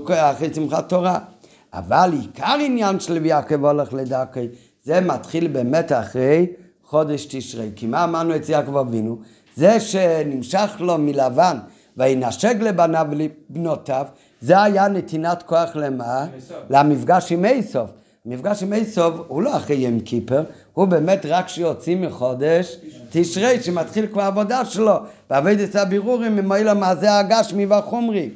S2: שמחת תורה. אבל עיקר עניין של ויעקב הולך לדרכי, זה מתחיל באמת אחרי חודש תשרי. כי מה אמרנו אצל יעקב אבינו? זה שנמשך לו מלבן, וינשק לבניו ולבנותיו, זה היה נתינת כוח למה? למפגש עם עשיו. המפגש עם עשיו הוא לא אחרי יום כיפור, הוא באמת רק שיוצאים מחודש תשרי, שמתחיל כבר עבודה שלו, בעבודת הבירורים ממועיל המעשה הגשמי והחומרי.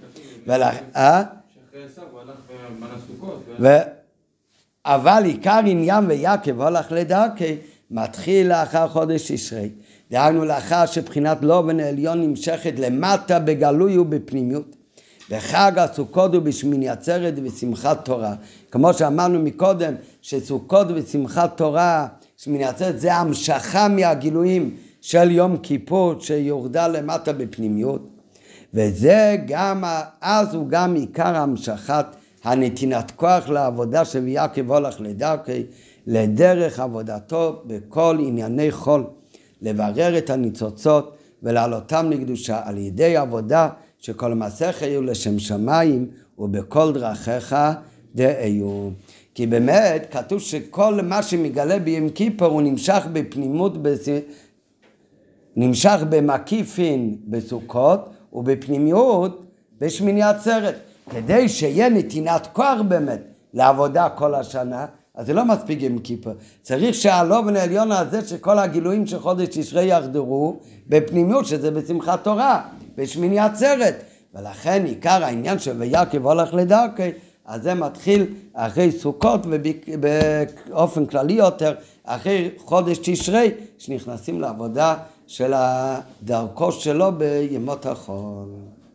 S2: אבל עיקר עניין ויעקב הולך לדרכי מתחיל לאחר חודש תשרי. דהיינו לאחר שבחינת לובן העליון נמשכת למטה בגלוי ובפנימיות. בחג הסוכות ובשמיני עצרת ושמחת תורה. כמו שאמרנו מקודם, שסוכות ושמחת תורה, שמיני עצרת, זה המשכה מהגילויים של יום כיפור שיורדה למטה בפנימיות. וזה גם, אז הוא גם עיקר המשכת הנתינת כוח לעבודה של ויעקב הולך לדרכי, לדרך עבודתו בכל ענייני חול, לברר את הניצוצות ולעלותם לקדושה על ידי עבודה שכל מעשיך יהיו לשם שמיים ובכל דרכיך דאיו. כי באמת כתוב שכל מה שמגלה ביום כיפור הוא נמשך בפנימות, נמשך במקיפין בסוכות ובפנימיות בשמיני עצרת. כדי שיהיה נתינת כוח באמת לעבודה כל השנה, אז זה לא מספיק יום כיפור. צריך שהלובן העליון הזה שכל הגילויים של חודש תשרי יחדרו בפנימיות, שזה בשמחת תורה, בשמיני עצרת. ולכן עיקר העניין של ויעקב הולך לדרכי, אז זה מתחיל אחרי סוכות ובאופן כללי יותר אחרי חודש תשרי, שנכנסים לעבודה של הדרכו שלו בימות החול.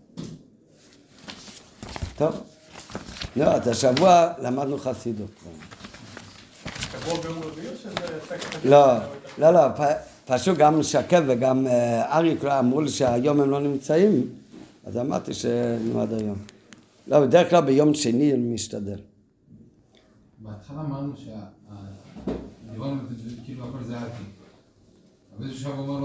S2: טוב, לא, אז השבוע למדנו חסידות.
S1: שבוע ביום רביעי או שזה...
S2: לא, פשוט גם שקב וגם אריק אמרו לי שהיום הם לא נמצאים, אז אמרתי שנלמד היום. לא, בדרך כלל ביום שני אני משתדל.
S4: בהתחלה אמרנו שהדיברנו כאילו הכל זה ארטי. אבל איזשהו שבוע אמר לו